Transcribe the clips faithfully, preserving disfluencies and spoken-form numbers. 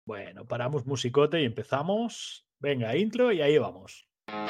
Bueno, paramos musicote y empezamos. Venga, intro y ahí vamos.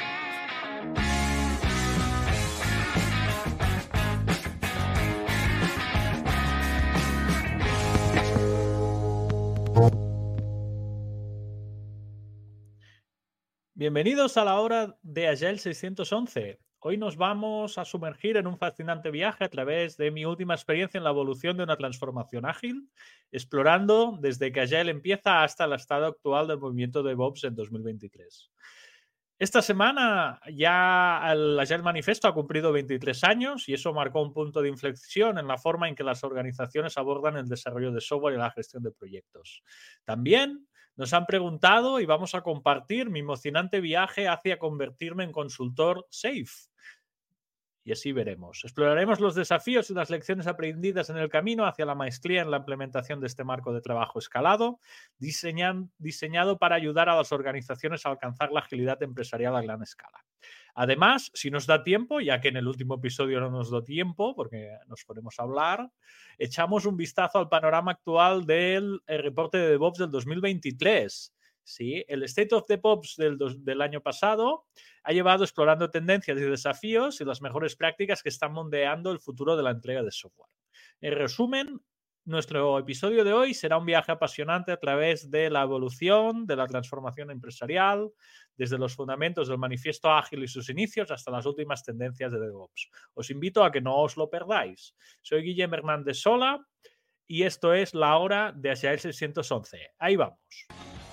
Bienvenidos a la hora de Agile seiscientos once. Hoy nos vamos a sumergir en un fascinante viaje a través de mi última experiencia en la evolución de una transformación ágil, explorando desde que Agile empieza hasta el estado actual del movimiento de DevOps en dos mil veintitrés. Esta semana ya el Agile Manifesto ha cumplido veintitrés años y eso marcó un punto de inflexión en la forma en que las organizaciones abordan el desarrollo de software y la gestión de proyectos. También nos han preguntado y vamos a compartir mi emocionante viaje hacia convertirme en consultor SAFe. Y así veremos. Exploraremos los desafíos y las lecciones aprendidas en el camino hacia la maestría en la implementación de este marco de trabajo escalado, diseñan, diseñado para ayudar a las organizaciones a alcanzar la agilidad empresarial a gran escala. Además, si nos da tiempo, ya que en el último episodio no nos dio tiempo porque nos ponemos a hablar, echamos un vistazo al panorama actual del reporte de DevOps del dos mil veintitrés. Sí, el State of DevOps del, del año pasado ha llevado explorando tendencias y desafíos y las mejores prácticas que están moldeando el futuro de la entrega de software. En resumen, nuestro episodio de hoy será un viaje apasionante a través de la evolución, de la transformación empresarial, desde los fundamentos del manifiesto ágil y sus inicios hasta las últimas tendencias de DevOps. Os invito a que no os lo perdáis. Soy Guillem Hernández Sola y esto es La Hora de Agile seiscientos once. Ahí vamos.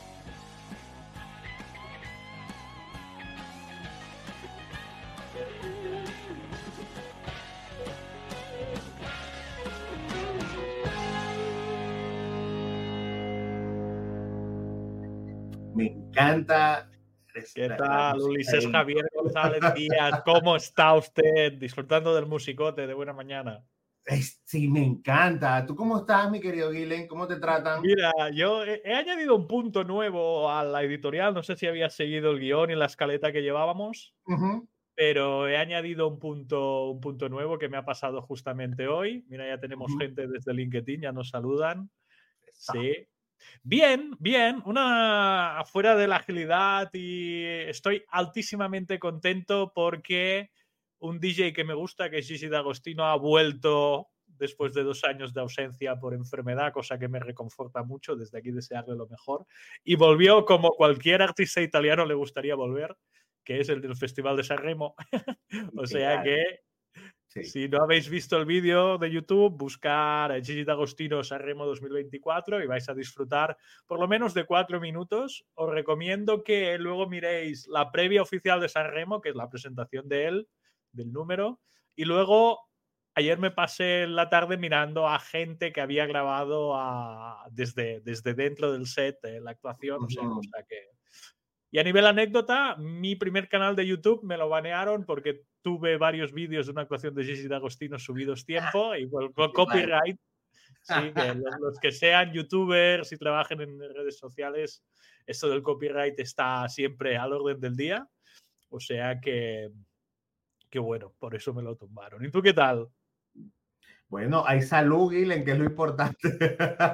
Me encanta. ¿Qué tal, Ulises Javier González Díaz? ¿Cómo está usted? Disfrutando del musicote de buena mañana. Sí, me encanta. ¿Tú cómo estás, mi querido Guilén? ¿Cómo te tratan? Mira, yo he, he añadido un punto nuevo a la editorial. No sé si habías seguido el guión y la escaleta que llevábamos, Uh-huh. pero he añadido un punto, un punto nuevo que me ha pasado justamente hoy. Mira, ya tenemos Uh-huh. gente desde LinkedIn, ya nos saludan. Sí. Bien, bien, una afuera de la agilidad y estoy altísimamente contento porque un D J que me gusta, que es Gigi D'Agostino, ha vuelto después de dos años de ausencia por enfermedad, cosa que me reconforta mucho, desde aquí desearle lo mejor, y volvió como cualquier artista italiano le gustaría volver, que es el del Festival de Sanremo. O sea que Sí. Si no habéis visto el vídeo de YouTube, buscar a Gigi D'Agostino Sanremo dos mil veinticuatro y vais a disfrutar por lo menos de cuatro minutos. Os recomiendo que luego miréis la previa oficial de Sanremo, que es la presentación de él, del número, y luego ayer me pasé la tarde mirando a gente que había grabado a, desde, desde dentro del set eh, la actuación, o sea, Uh-huh. cosa que... Y a nivel anécdota, mi primer canal de YouTube me lo banearon porque tuve varios vídeos de una actuación de Gigi D'Agostino subidos tiempo y por, por copyright. Sí, que los, los que sean youtubers y trabajen en redes sociales, esto del copyright está siempre al orden del día. O sea que, que bueno, por eso me lo tumbaron. ¿Y tú qué tal? Bueno, hay salud, Guilén, que es lo importante.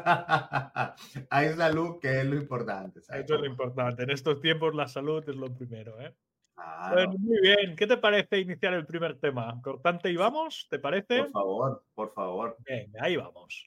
Hay salud, que es lo importante. ¿Sabes? Eso es lo importante. En estos tiempos la salud es lo primero, ¿eh? Claro. Bueno, muy bien. ¿Qué te parece iniciar el primer tema? Cortante y vamos, ¿te parece? Por favor, por favor. Venga, ahí vamos.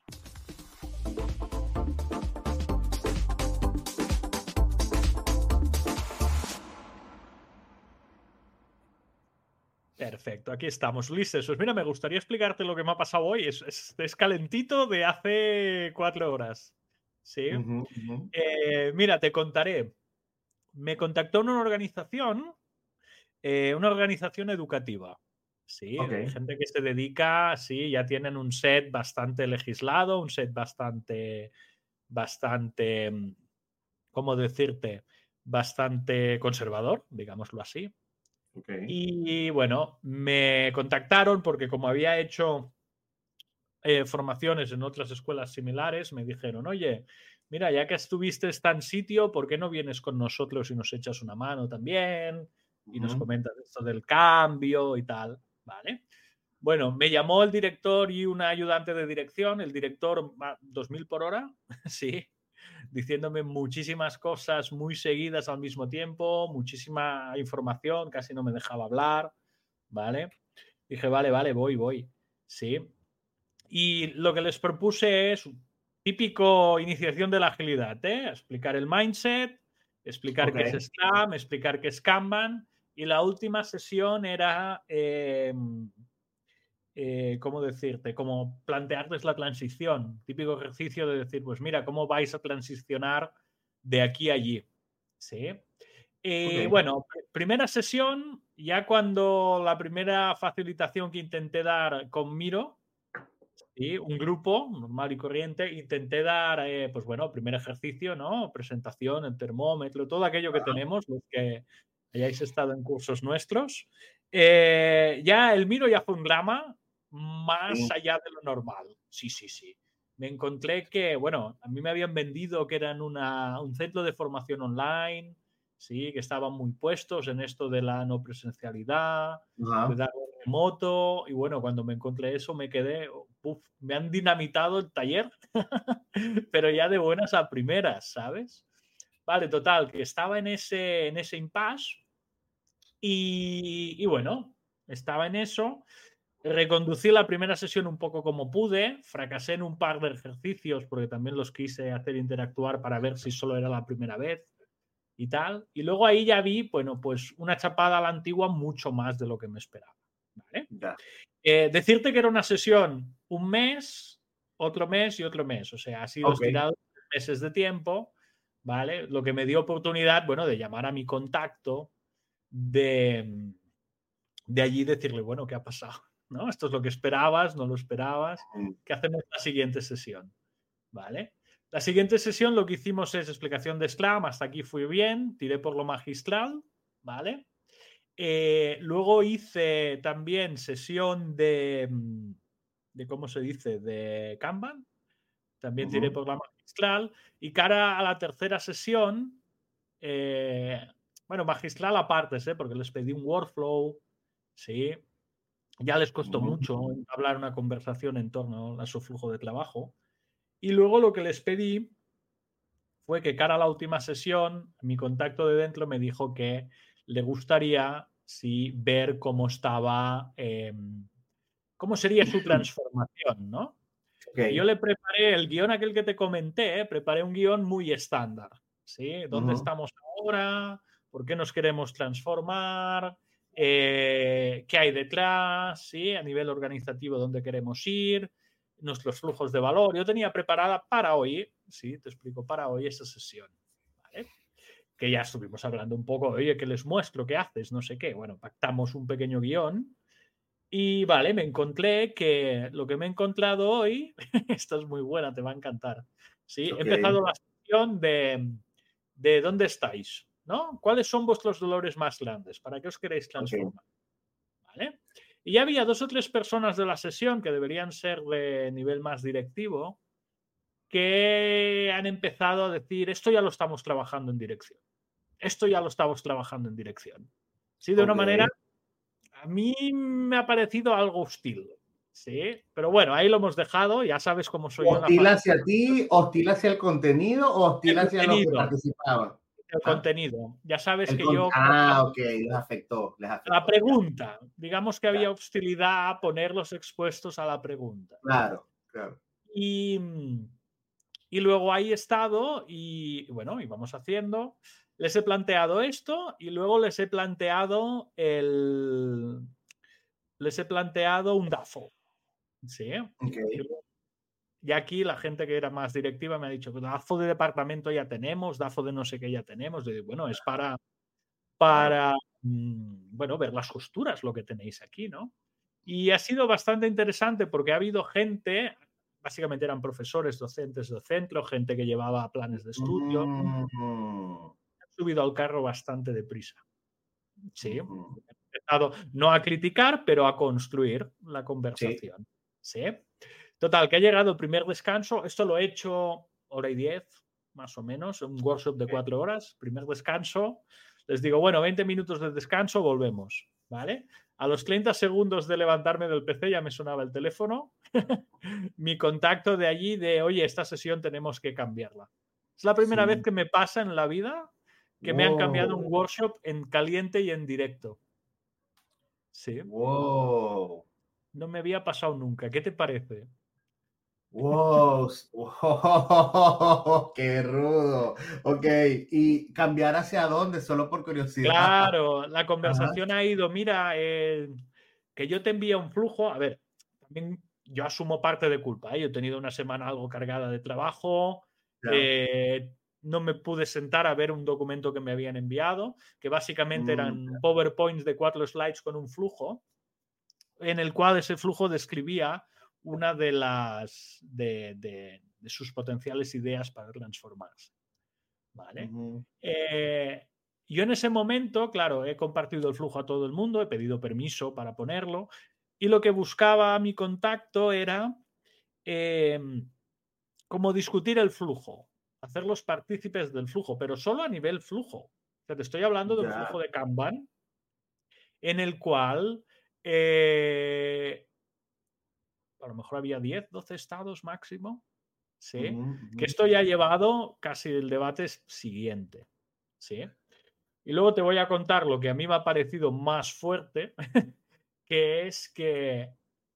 Perfecto, aquí estamos. Ulises, pues mira, me gustaría explicarte lo que me ha pasado hoy. Es, es, es calentito de hace cuatro horas. Sí. Uh-huh, uh-huh. Eh, mira, te contaré. Me contactó una organización, eh, una organización educativa. Sí, Okay. hay gente que se dedica, sí, ya tienen un set bastante legislado, un set bastante, bastante, ¿cómo decirte? Bastante conservador, digámoslo así. Okay. Y bueno, me contactaron porque como había hecho eh, formaciones en otras escuelas similares, me dijeron, oye, mira, ya que estuviste en sitio, ¿por qué no vienes con nosotros y nos echas una mano también? Y nos Uh-huh. comentas esto del cambio y tal, ¿vale? Bueno, me llamó el director y una ayudante de dirección, el director dos mil por hora, sí, diciéndome muchísimas cosas muy seguidas al mismo tiempo, muchísima información, casi no me dejaba hablar, ¿vale? Dije, vale, vale, voy, voy, sí. Y lo que les propuse es típico iniciación de la agilidad, ¿eh? Explicar el mindset, explicar Ok. qué es Scrum, explicar qué es Kanban, y la última sesión era... Eh, Eh, ¿cómo decirte? Como plantearles la transición. Típico ejercicio de decir, pues mira, ¿cómo vais a transicionar de aquí a allí? ¿Sí? Ok. Y bueno, primera sesión, ya cuando la primera facilitación que intenté dar con Miro, ¿sí? Un grupo normal y corriente, intenté dar, eh, pues bueno, primer ejercicio, ¿no? Presentación, el termómetro, todo aquello que tenemos, los que hayáis estado en cursos nuestros. Eh, ya el Miro ya fue un drama más Sí. allá de lo normal. Sí, sí, sí. Me encontré que, bueno, a mí me habían vendido que eran una, un centro de formación online, sí, que estaban muy puestos en esto de la no presencialidad, de Ajá. dar remoto, y bueno, cuando me encontré eso me quedé, uf, me han dinamitado el taller, pero ya de buenas a primeras, ¿sabes? Vale, total, que estaba en ese, en ese impasse y, y bueno, estaba en eso. Reconducí la primera sesión un poco como pude, fracasé en un par de ejercicios porque también los quise hacer interactuar para ver si solo era la primera vez y tal. Y luego ahí ya vi, bueno, pues una chapada a la antigua mucho más de lo que me esperaba. ¿Vale? Ya. Eh, decirte que era una sesión un mes, otro mes y otro mes. O sea, ha sido Ok. estirado meses de tiempo, ¿vale? Lo que me dio oportunidad, bueno, de llamar a mi contacto de, de allí decirle, bueno, ¿qué ha pasado? ¿No? Esto es lo que esperabas, no lo esperabas. Mm. ¿Qué hacemos la siguiente sesión? ¿Vale? La siguiente sesión lo que hicimos es explicación de Scrum, hasta aquí fui bien, tiré por lo magistral, ¿vale? Eh, luego hice también sesión de, de, ¿cómo se dice? De Kanban, también tiré Ujú. por la magistral, y cara a la tercera sesión, eh, bueno, magistral aparte, ¿eh? Porque les pedí un workflow, ¿sí? Ya les costó Ujú. mucho hablar una conversación en torno a su flujo de trabajo. Y luego lo que les pedí fue que cara a la última sesión, mi contacto de dentro me dijo que le gustaría sí, ver cómo estaba, eh, cómo sería su transformación, ¿no? Ok. Y yo le preparé el guión aquel que te comenté, ¿eh? Preparé un guión muy estándar, ¿sí? ¿Dónde Ujú. estamos ahora? ¿Por qué nos queremos transformar? Eh, ¿Qué hay detrás? ¿Sí? A nivel organizativo, ¿dónde queremos ir? Nuestros flujos de valor. Yo tenía preparada para hoy, sí, te explico, para hoy esa sesión, ¿vale? Que ya estuvimos hablando un poco, oye, que les muestro, ¿qué haces? No sé qué. Bueno, pactamos un pequeño guión y vale, me encontré que lo que me he encontrado hoy, esta es muy buena, te va a encantar. ¿Sí? He Ok. empezado la sesión de, de dónde estáis, ¿no? ¿Cuáles son vuestros dolores más grandes? ¿Para qué os queréis Ok. transformar? ¿Vale? Y ya había dos o tres personas de la sesión que deberían ser de nivel más directivo que han empezado a decir, esto ya lo estamos trabajando en dirección. Esto ya lo estamos trabajando en dirección. Sí, de una Ok. manera a mí me ha parecido algo hostil, sí, pero bueno, ahí lo hemos dejado, ya sabes cómo soy yo en la ¿Hostil hacia facilitación. ti, hostil hacia el contenido o El hostil hacia los que contenido, participaban? el ¿Ah? contenido. Ya sabes El que con... yo como Ah, ok, les facilitador, afectó, les la afectó, ya, pregunta, digamos que ya. había hostilidad a ponerlos expuestos a la pregunta. Claro, claro. Y, y luego ahí he estado y bueno, íbamos haciendo. Les he planteado esto y luego les he planteado el... Les he planteado un DAFO. Sí. Ok. Y aquí la gente que era más directiva me ha dicho, DAFO de departamento ya tenemos, DAFO de no sé qué ya tenemos. Y digo, bueno, es para, Claro. para mmm, bueno, ver las costuras lo que tenéis aquí, ¿no? Y ha sido bastante interesante porque ha habido gente, básicamente eran profesores, docentes del centro, gente que llevaba planes de estudio, Mm, han subido al carro bastante deprisa. Sí, he ujú. empezado no a criticar, pero a construir la Sí. conversación. Sí. Total, que ha llegado el primer descanso. Esto lo he hecho hora y diez, más o menos, un workshop de Ok. cuatro horas. Primer descanso. Les digo, bueno, veinte minutos de descanso, volvemos. ¿Vale? A los treinta segundos de levantarme del P C ya me sonaba el teléfono. Mi contacto de allí de, oye, esta sesión tenemos que cambiarla. Es la primera vez Sí. que me pasa en la vida que me han cambiado un Wow. workshop en caliente y en directo. Sí, Wow. no me había pasado nunca. ¿Qué te parece? Wow. Wow. Qué rudo. Ok. ¿Y cambiar hacia dónde? Solo por curiosidad. Claro, la Ajá. conversación ha ido, mira, eh, que yo te envío un flujo. A ver, también yo asumo parte de culpa, ¿eh? Yo he tenido una semana algo cargada de trabajo, Ya. eh, no me pude sentar a ver un documento que me habían enviado, que básicamente Mm, eran PowerPoints de cuatro slides con un flujo, en el cual ese flujo describía una de las de, de- de sus potenciales ideas para transformarse. ¿Vale? ujú, Eh, yo en ese momento, claro, he compartido el flujo a todo el mundo, he pedido permiso para ponerlo y lo que buscaba mi contacto era eh, como discutir el flujo, hacerlos partícipes del flujo, pero solo a nivel flujo. O sea, te estoy hablando de un ya. flujo de Kanban en el cual eh, a lo mejor había diez, doce estados máximo, ¿sí? Ujú, Que ujú. esto ya ha llevado casi el debate siguiente, ¿sí? Y luego te voy a contar lo que a mí me ha parecido más fuerte, que es que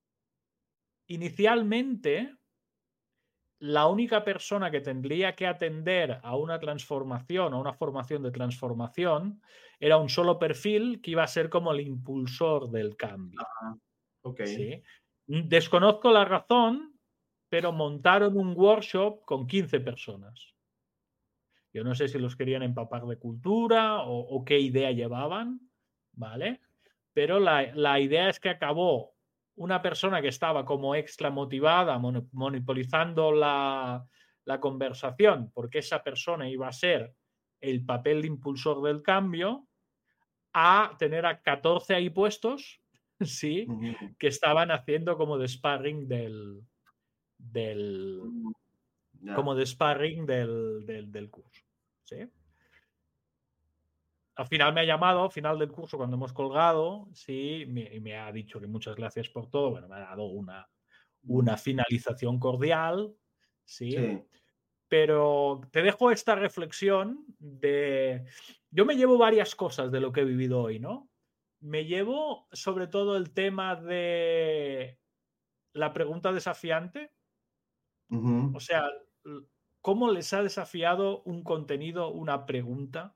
inicialmente la única persona que tendría que atender a una transformación, a una formación de transformación, era un solo perfil que iba a ser como el impulsor del cambio. Ah, ok. ¿Sí? Desconozco la razón, pero montaron un workshop con quince personas. Yo no sé si los querían empapar de cultura o, o qué idea llevaban, ¿vale? Pero la, la, idea es que acabó una persona que estaba como extra motivada, mon monopolizando la, la conversación, porque esa persona iba a ser el papel de impulsor del cambio, a tener a catorce ahí puestos, sí, Ujú, que estaban haciendo como de sparring del, del ujú, ya. como de sparring del, del, del curso, ¿sí? Al final me ha llamado, al final del curso, cuando hemos colgado, sí, me, y me ha dicho que muchas gracias por todo. Bueno, me ha dado una, una Ujú, finalización cordial, sí. sí. Pero te dejo esta reflexión de... Yo me llevo varias cosas de lo que he vivido hoy, ¿no? Me llevo sobre todo el tema de la pregunta desafiante, o Ujú, sea, cómo les ha desafiado un contenido, una pregunta.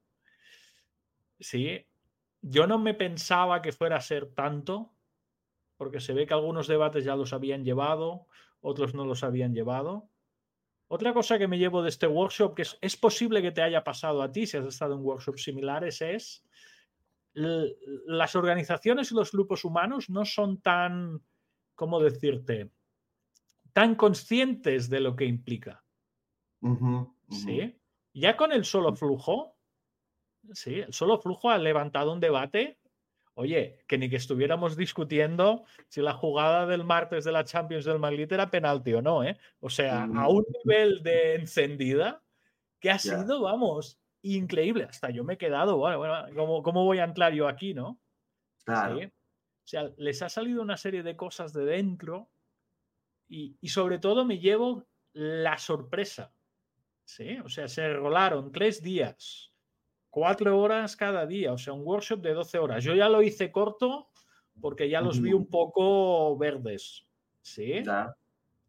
Sí, yo no me pensaba que fuera a ser tanto, porque se ve que algunos debates ya los habían llevado, otros no los habían llevado. Otra cosa que me llevo de este workshop, que es, es posible que te haya pasado a ti si has estado en workshops similares, es l- las organizaciones y los grupos humanos no son tan, ¿cómo decirte?, tan conscientes de lo que implica. ujú, ujú. ¿Sí? Ya con el solo flujo, sí, el solo flujo ha levantado un debate. Oye, que ni que estuviéramos discutiendo si la jugada del martes de la Champions del Madrid era penalti o no, ¿eh? O sea, a Ujú, un nivel de encendida que ha ya. sido, vamos, increíble. Hasta yo me he quedado, bueno, bueno, ¿cómo, cómo voy a entrar yo aquí, no? Sí. Claro. O sea, les ha salido una serie de cosas de dentro y, y sobre todo me llevo la sorpresa, ¿sí? O sea, se rolaron tres días, cuatro horas cada día, o sea, un workshop de doce horas. Yo ya lo hice corto porque ya los vi Ujú, un poco verdes, ¿sí? ya.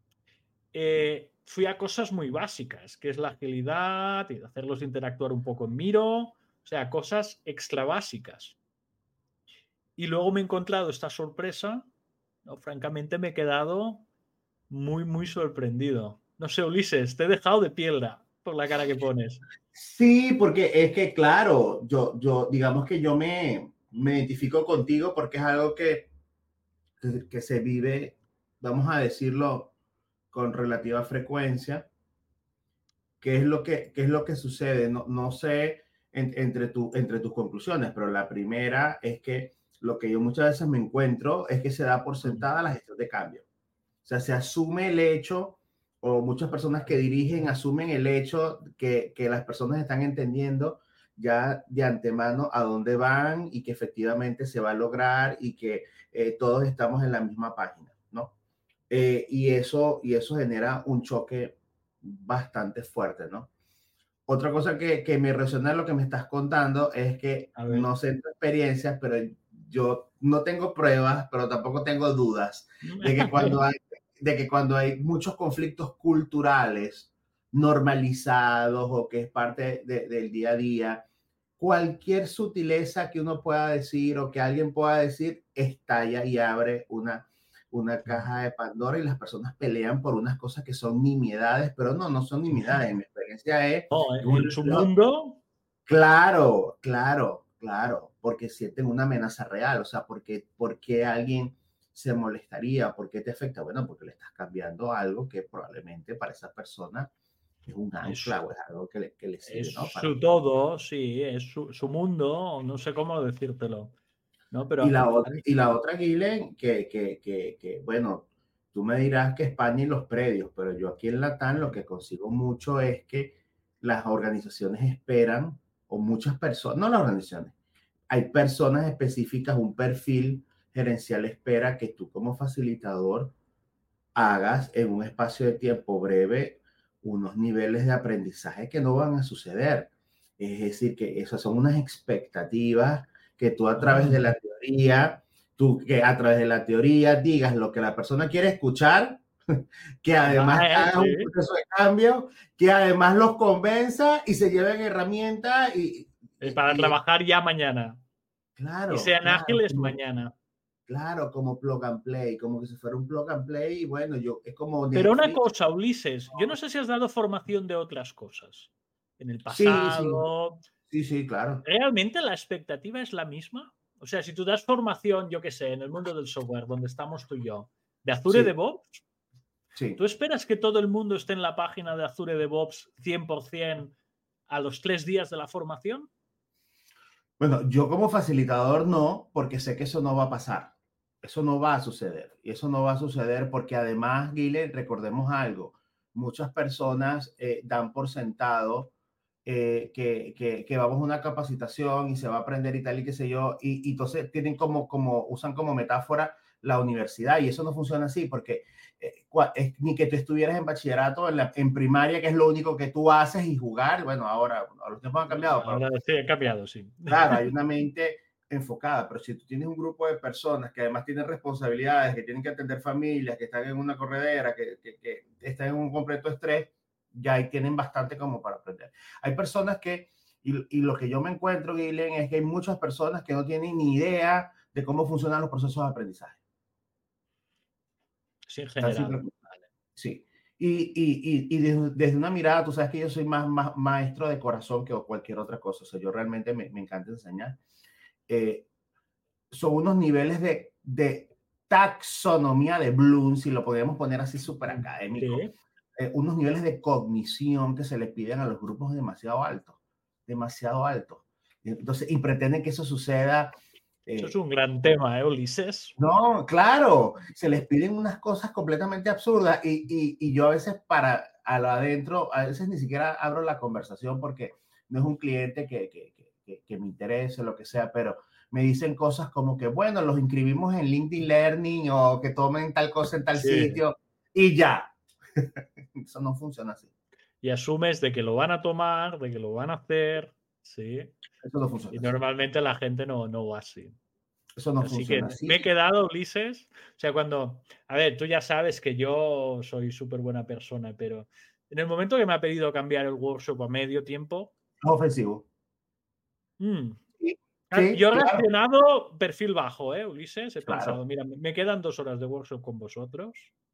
Eh, fui a cosas muy básicas, que es la agilidad y hacerlos interactuar un poco en Miro, o sea, cosas extra básicas. Y luego me he encontrado esta sorpresa, ¿no? Francamente me he quedado muy, muy sorprendido. No sé, Ulises, te he dejado de piedra por la cara que pones. Sí, porque es que, claro, yo, yo, digamos que yo me, me identifico contigo porque es algo que, que, que se vive, vamos a decirlo, con relativa frecuencia. ¿Qué es lo que, qué es lo que sucede? No, no sé en, entre, tu, entre tus conclusiones, pero la primera es que lo que yo muchas veces me encuentro es que se da por Mm, sentada la gestión de cambio. O sea, se asume el hecho, o muchas personas que dirigen asumen el hecho que, que las personas están entendiendo ya de antemano a dónde van y que efectivamente se va a lograr y que eh, todos estamos en la misma página, ¿no? Eh, y, eso, y eso genera un choque bastante fuerte, ¿no? otra cosa que, que me resuena lo que me estás contando es que A ver. no sé tu experiencia, pero yo no tengo pruebas, pero tampoco tengo dudas de que cuando hay, de que cuando hay muchos conflictos culturales normalizados o que es parte de, del día a día, cualquier sutileza que uno pueda decir o que alguien pueda decir estalla y abre una, una caja de Pandora y las personas pelean por unas cosas que son nimiedades, pero no, no son nimiedades. Mi experiencia es No, que un en su mundo. claro, claro, claro, porque sienten una amenaza real, o sea, porque, porque alguien se molestaría, ¿por qué te afecta? Bueno, porque le estás cambiando algo que probablemente para esa persona es un Es, ancla o es algo que le, que le sirve, es ¿no? Para, su todo, sí, es su, su mundo, no sé cómo decírtelo, ¿no? Pero y, la, a otra, mí- y la otra, Guilen, que, que, que, que, bueno, tú me dirás que España y los predios, pero yo aquí en Latam lo que consigo mucho es que las organizaciones esperan, o muchas personas, no las organizaciones, hay personas específicas, un perfil gerencial espera que tú como facilitador hagas en un espacio de tiempo breve unos niveles de aprendizaje que no van a suceder. Es decir, que esas son unas expectativas que tú a través de mm, la teoría, tú que a través de la teoría digas lo que la persona quiere escuchar, que además vale, hagas un sí. proceso de cambio, que además los convenza y se lleven herramientas y, Eh, y, para y trabajar ya mañana. Y claro, sean claro, ágiles como, mañana. claro, como plug and play, como que si fuera un plug and play y bueno, yo, es como Pero una Netflix. cosa, Ulises, yo no sé si has dado formación de otras cosas en el Sí, sí, pasado. sí, sí, claro. ¿Realmente la expectativa es la misma? O sea, si tú das formación, yo qué sé, en el mundo del software, donde estamos tú y yo, de Azure Sí, DevOps, sí. ¿tú esperas que todo el mundo esté en la página de Azure DevOps cien por ciento a los tres días de la formación? Bueno, yo como facilitador no, porque sé que eso no va a pasar. Eso no va a suceder. Y eso no va a suceder porque además, Guile, recordemos algo, muchas personas eh, dan por sentado eh, que, que, que, vamos a una capacitación y se va a aprender y tal y qué sé yo, y, y entonces tienen como, como, usan como metáfora la universidad y eso no funciona así porque eh, es, ni que tú estuvieras en bachillerato, en, la, en primaria, que es lo único que tú haces y jugar, bueno, ahora los tiempos han cambiado, pero Ahora sí, he cambiado, sí. claro, hay una mente enfocada, pero si tú tienes un grupo de personas que además tienen responsabilidades, que tienen que atender familias, que están en una corredera, que, que, que están en un completo estrés, ya ahí tienen bastante como para aprender. Hay personas que, y, y lo que yo me encuentro, Guilén, es que hay muchas personas que no tienen ni idea de cómo funcionan los procesos de aprendizaje. Sí, en Están general. sin, sí. Y, y, y, y desde, desde, una mirada, tú sabes que yo soy más, más maestro de corazón que cualquier otra cosa. O sea, yo realmente me, me encanta enseñar. Eh, son unos niveles de, de taxonomía de Bloom, si lo podemos poner así súper académico, Sí. eh, unos niveles de cognición que se les piden a los grupos demasiado altos, demasiado altos. Entonces, y pretenden que eso suceda. Eso es Eh, un gran tema, ¿eh, Ulises? no, claro, se les piden unas cosas completamente absurdas y, y, y yo a veces para a lo adentro, a veces ni siquiera abro la conversación porque no es un cliente que, que, que, que me interese, lo que sea, pero me dicen cosas como que, bueno, los inscribimos en LinkedIn Learning o que tomen tal cosa en tal Sí. sitio y ya. Eso no funciona así. Y asumes de que lo van a tomar, de que lo van a hacer, sí. Eso no funciona Y así. normalmente la gente no, no va así. Eso no Así que funciona así. me he quedado, Ulises. O sea, cuando. A ver, tú ya sabes que yo soy súper buena persona, pero en el momento que me ha pedido cambiar el workshop a medio tiempo. Es ofensivo. Mmm, Sí, yo sí, he claro, reaccionado perfil bajo, ¿eh, Ulises? He pensado, claro. mira, me quedan dos horas de workshop con vosotros.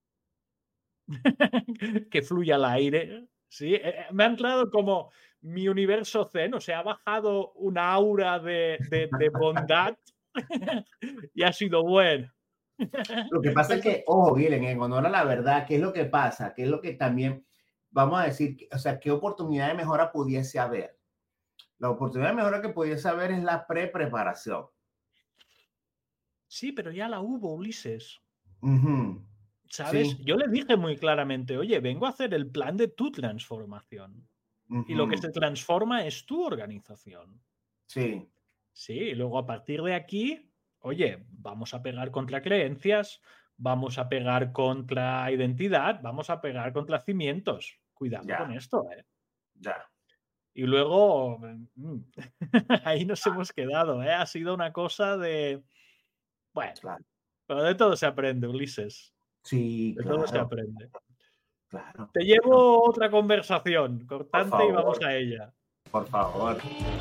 Que fluya el aire. Sí, eh, me ha entrado como mi universo zen, o sea, ha bajado una aura de, de, de bondad y ha sido bueno. Lo que pasa es Pero que, ojo, Guilen, en honor a la verdad, ¿qué es lo que pasa? ¿Qué es lo que también, vamos a decir, o sea, qué oportunidad de mejora pudiese haber? La oportunidad de mejora que pudiese haber es la pre-preparación. sí, pero ya la hubo, Ulises. Uh-huh. ¿Sabes? Sí. Yo le dije muy claramente, oye, vengo a hacer el plan de tu transformación. Y lo que Uh-huh. se transforma es tu organización. Sí. Sí, y luego a partir de aquí, oye, vamos a pegar contra creencias, vamos a pegar contra identidad, vamos a pegar contra cimientos. Cuidado con Ya, esto, ¿eh? ya. Y luego, mm, ahí nos hemos quedado, ¿eh? Ha sido una cosa de, bueno, Claro. pero de todo se aprende, Ulises, Sí, de todo se claro, aprende. claro. Te No, llevo otra conversación por cortante y vamos favor, a ella. por favor.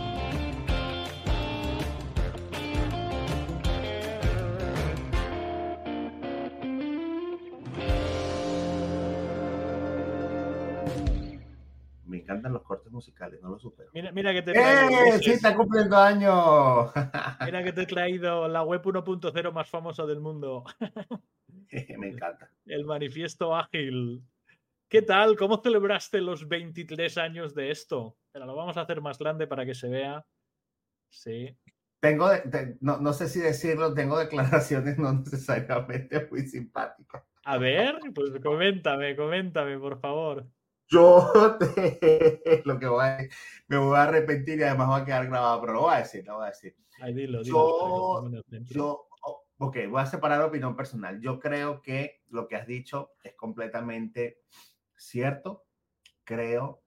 Me encantan los cortes musicales, no lo supero. Mira, mira que te he traído, ¡Eh! ¡Sí, Ulises. está cumpliendo años! Mira que te he traído la web uno punto cero más famosa del mundo. Me encanta. El manifiesto ágil. ¿Qué tal? ¿Cómo celebraste los veintitrés años de esto? Pero lo vamos a hacer más grande para que se vea. Sí. Tengo, de, de, no, no sé si decirlo, tengo declaraciones no necesariamente muy simpáticas. A ver, pues coméntame, coméntame, por favor. Yo te, lo que voy a, me voy a arrepentir y además va a quedar grabado, pero lo voy a decir, lo voy a decir. Ay, dilo, dilo, para que lo Yo, pongan dentro. yo, oh, ok, voy a separar opinión personal. Yo creo que lo que has dicho es completamente cierto. Creo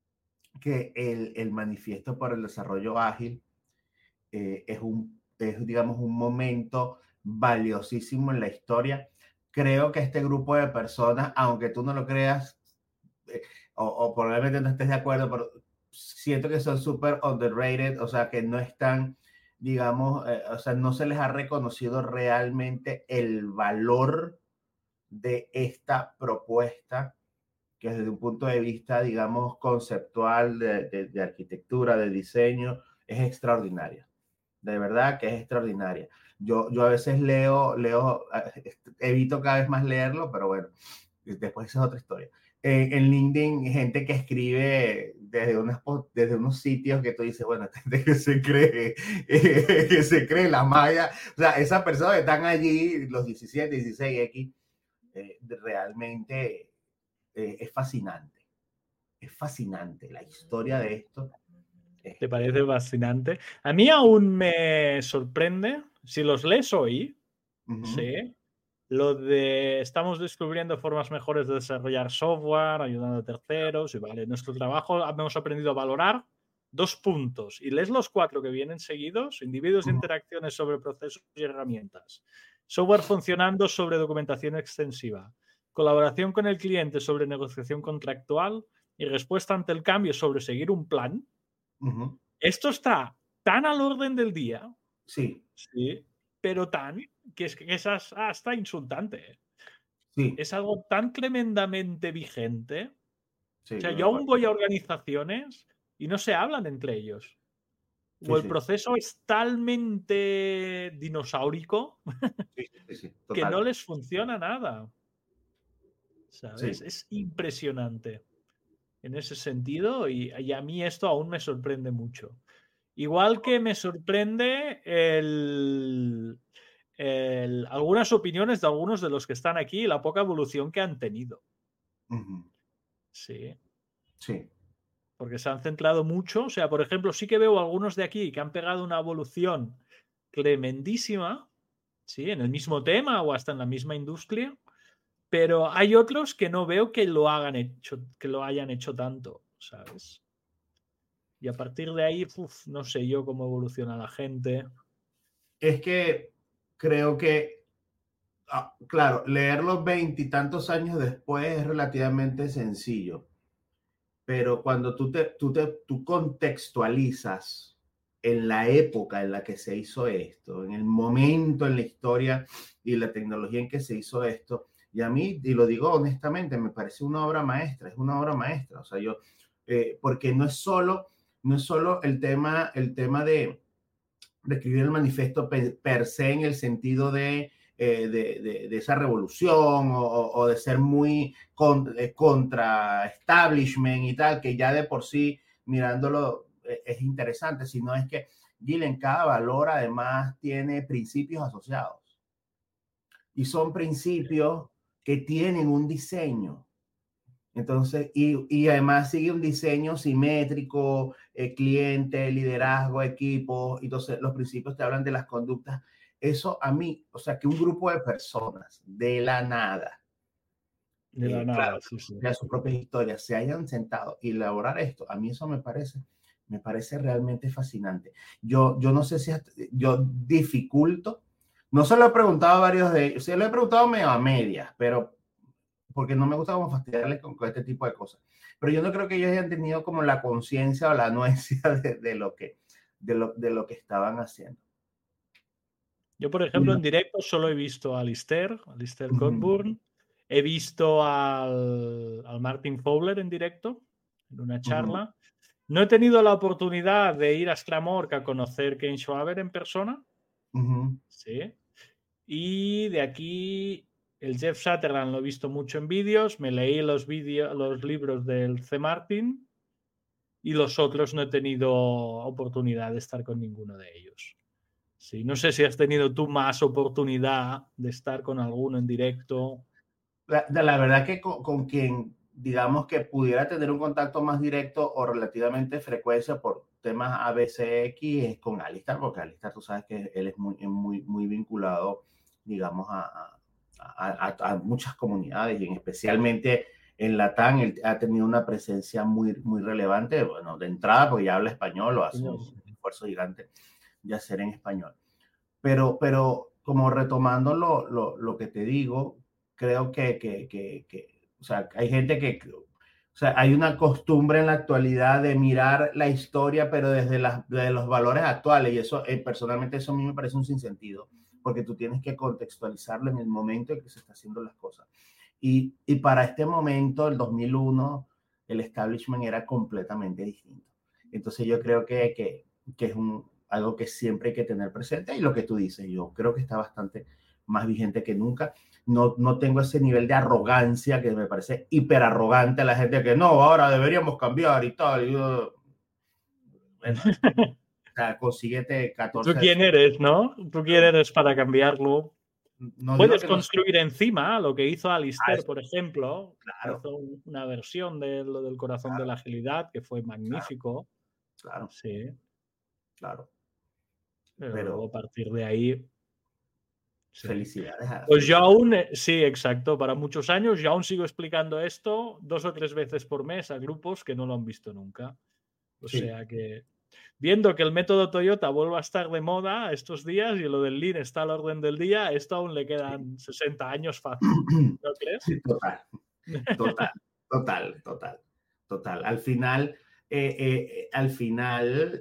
que el, el manifiesto para el desarrollo ágil eh, es, un, es, digamos, un momento valiosísimo en la historia. Creo que este grupo de personas, aunque tú no lo creas, eh, o, o probablemente no estés de acuerdo, pero siento que son súper underrated, o sea, que no están, digamos, eh, o sea, no se les ha reconocido realmente el valor de esta propuesta, que desde un punto de vista, digamos, conceptual, de, de, de arquitectura, de diseño, es extraordinaria. De verdad que es extraordinaria. Yo, yo a veces leo, leo, evito cada vez más leerlo, pero bueno, después esa es otra historia. Eh, en LinkedIn, gente que escribe desde, unas, desde unos sitios que tú dices, bueno, gente que se cree, eh, que se cree la malla. O sea, esas personas que están allí, los diecisiete, dieciséis equis, eh, realmente eh, es fascinante. Es fascinante la historia de esto. ¿Te parece fascinante? A mí aún me sorprende, si los lees hoy, Uh-huh. sí, lo de estamos descubriendo formas mejores de desarrollar software, ayudando a terceros, y vale, nuestro trabajo hemos aprendido a valorar dos puntos, y lees los cuatro que vienen seguidos: individuos e Uh-huh. interacciones sobre procesos y herramientas, software funcionando sobre documentación extensiva, colaboración con el cliente sobre negociación contractual y respuesta ante el cambio sobre seguir un plan. Uh-huh. Esto está tan al orden del día, sí, sí, pero tan que es que es hasta insultante. sí, Es algo tan tremendamente vigente. sí, O sea, yo yo me aún acuerdo. voy a organizaciones y no se hablan entre ellos. Sí, O el sí, proceso es talmente dinosaurico sí, sí, sí, que no total. les funciona nada. ¿Sabes? Sí. Es impresionante en ese sentido, y, y a mí esto aún me sorprende mucho. Igual que me sorprende el, el, algunas opiniones de algunos de los que están aquí y la poca evolución que han tenido. Uh-huh. Sí. Sí. Porque se han centrado mucho. O sea, por ejemplo, sí que veo algunos de aquí que han pegado una evolución tremendísima, ¿sí? En el mismo tema o hasta en la misma industria. Pero hay otros que no veo que lo hagan hecho, que lo hayan hecho tanto, ¿sabes? Y a partir de ahí, uf, no sé yo cómo evoluciona la gente. Es que creo que, ah, claro, leerlo veintitantos años después es relativamente sencillo, pero cuando tú, te, tú, te, tú contextualizas en la época en la que se hizo esto, en el momento en la historia y la tecnología en que se hizo esto, y a mí, y lo digo honestamente, me parece una obra maestra, es una obra maestra, o sea, yo, eh, porque no es solo, no es solo el tema, el tema de, de escribir el manifiesto per, per se en el sentido de, eh, de, de, de esa revolución o, o, de ser muy con, eh, contra establishment y tal, que ya de por sí mirándolo eh, es interesante, sino es que Gillen, cada valor además tiene principios asociados y son principios que tienen un diseño. Entonces, y, y además sigue un diseño simétrico, eh, cliente, liderazgo, equipo. Entonces, los principios te hablan de las conductas. Eso a mí, o sea, que un grupo de personas de la nada De la eh, nada, claro, sí, sí. de sus propias historias, se hayan sentado y elaborar esto, a mí eso me parece, me parece realmente fascinante. Yo, yo no sé si hasta, yo dificulto, no se lo he preguntado a varios de ellos, se lo he preguntado medio a medias, pero porque no me gusta como fastidiarles con, con este tipo de cosas. Pero yo no creo que ellos hayan tenido como la conciencia o la anuencia de, de, lo que, de, lo, de lo que estaban haciendo. Yo, por ejemplo, en directo solo he visto a Alistair, Alistair Cockburn. He visto al, al Martin Fowler en directo, en una charla. Uh-huh. No he tenido la oportunidad de ir a Stramorca a conocer Ken Schwaber en persona. Uh-huh. Sí. Y de aquí, el Jeff Sutherland lo he visto mucho en vídeos. Me leí los, video, los libros del C. Martin. Y los otros no he tenido oportunidad de estar con ninguno de ellos. Sí, no sé si has tenido tú más oportunidad de estar con alguno en directo. La, la verdad que con, con quien, digamos, que pudiera tener un contacto más directo o relativamente frecuencia por temas A B C X es con Alistair, porque Alistair, tú sabes que él es muy, muy, muy vinculado, digamos, a, a, a, a muchas comunidades y especialmente en Latam él ha tenido una presencia muy, muy relevante, bueno, de entrada porque ya habla español, lo hace un esfuerzo gigante de hacer en español. Pero, pero como retomando lo, lo, lo que te digo, creo que, que, que, que, o sea, hay gente que, o sea, hay una costumbre en la actualidad de mirar la historia, pero desde, las, desde los valores actuales, y eso, eh, personalmente, eso a mí me parece un sinsentido, porque tú tienes que contextualizarlo en el momento en que se están haciendo las cosas. Y, y para este momento, el dos mil uno, el establishment era completamente distinto. Entonces yo creo que, que, que es un, algo que siempre hay que tener presente, y lo que tú dices, yo creo que está bastante más vigente que nunca. No, no tengo ese nivel de arrogancia que me parece hiper arrogante a la gente que no, ahora deberíamos cambiar y tal. Y yo, bueno, o sea, consíguete catorce. ¿Tú quién eres, no? ¿Tú quién eres para cambiarlo? No Puedes que construir no... encima lo que hizo Alistair, ah, por ejemplo. Claro. Hizo una versión de lo del corazón Claro. de la agilidad que fue magnífico. Claro. Sí. Claro. Pero, Pero luego a partir de ahí. Sí. Felicidades. A, pues felicidades. yo aún, sí, exacto, para muchos años, yo aún sigo explicando esto dos o tres veces por mes a grupos que no lo han visto nunca. O sí. sea que, viendo que el método Toyota vuelve a estar de moda estos días y lo del Lean está al orden del día, esto aún le quedan sí. sesenta años fácil. ¿No crees? Sí, total, total, total, total, total. Al final, eh, eh, al final,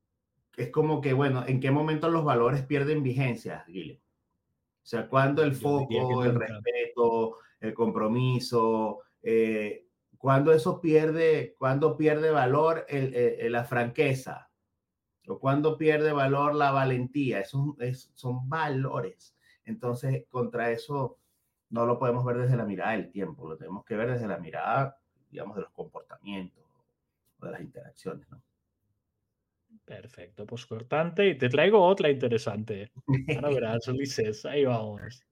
es como que, bueno, ¿en qué momento los valores pierden vigencia, Guilherme? O sea, cuando el foco, el respeto, el compromiso, eh, cuando eso pierde, cuando pierde valor el, el, la franqueza, o cuando pierde valor la valentía, esos es, son valores. Entonces, contra eso no lo podemos ver desde la mirada del tiempo, lo tenemos que ver desde la mirada, digamos, de los comportamientos, de las interacciones, ¿no? Perfecto, pues cortante. Y te traigo otra interesante. Ahora verás, Ulises, ahí vamos.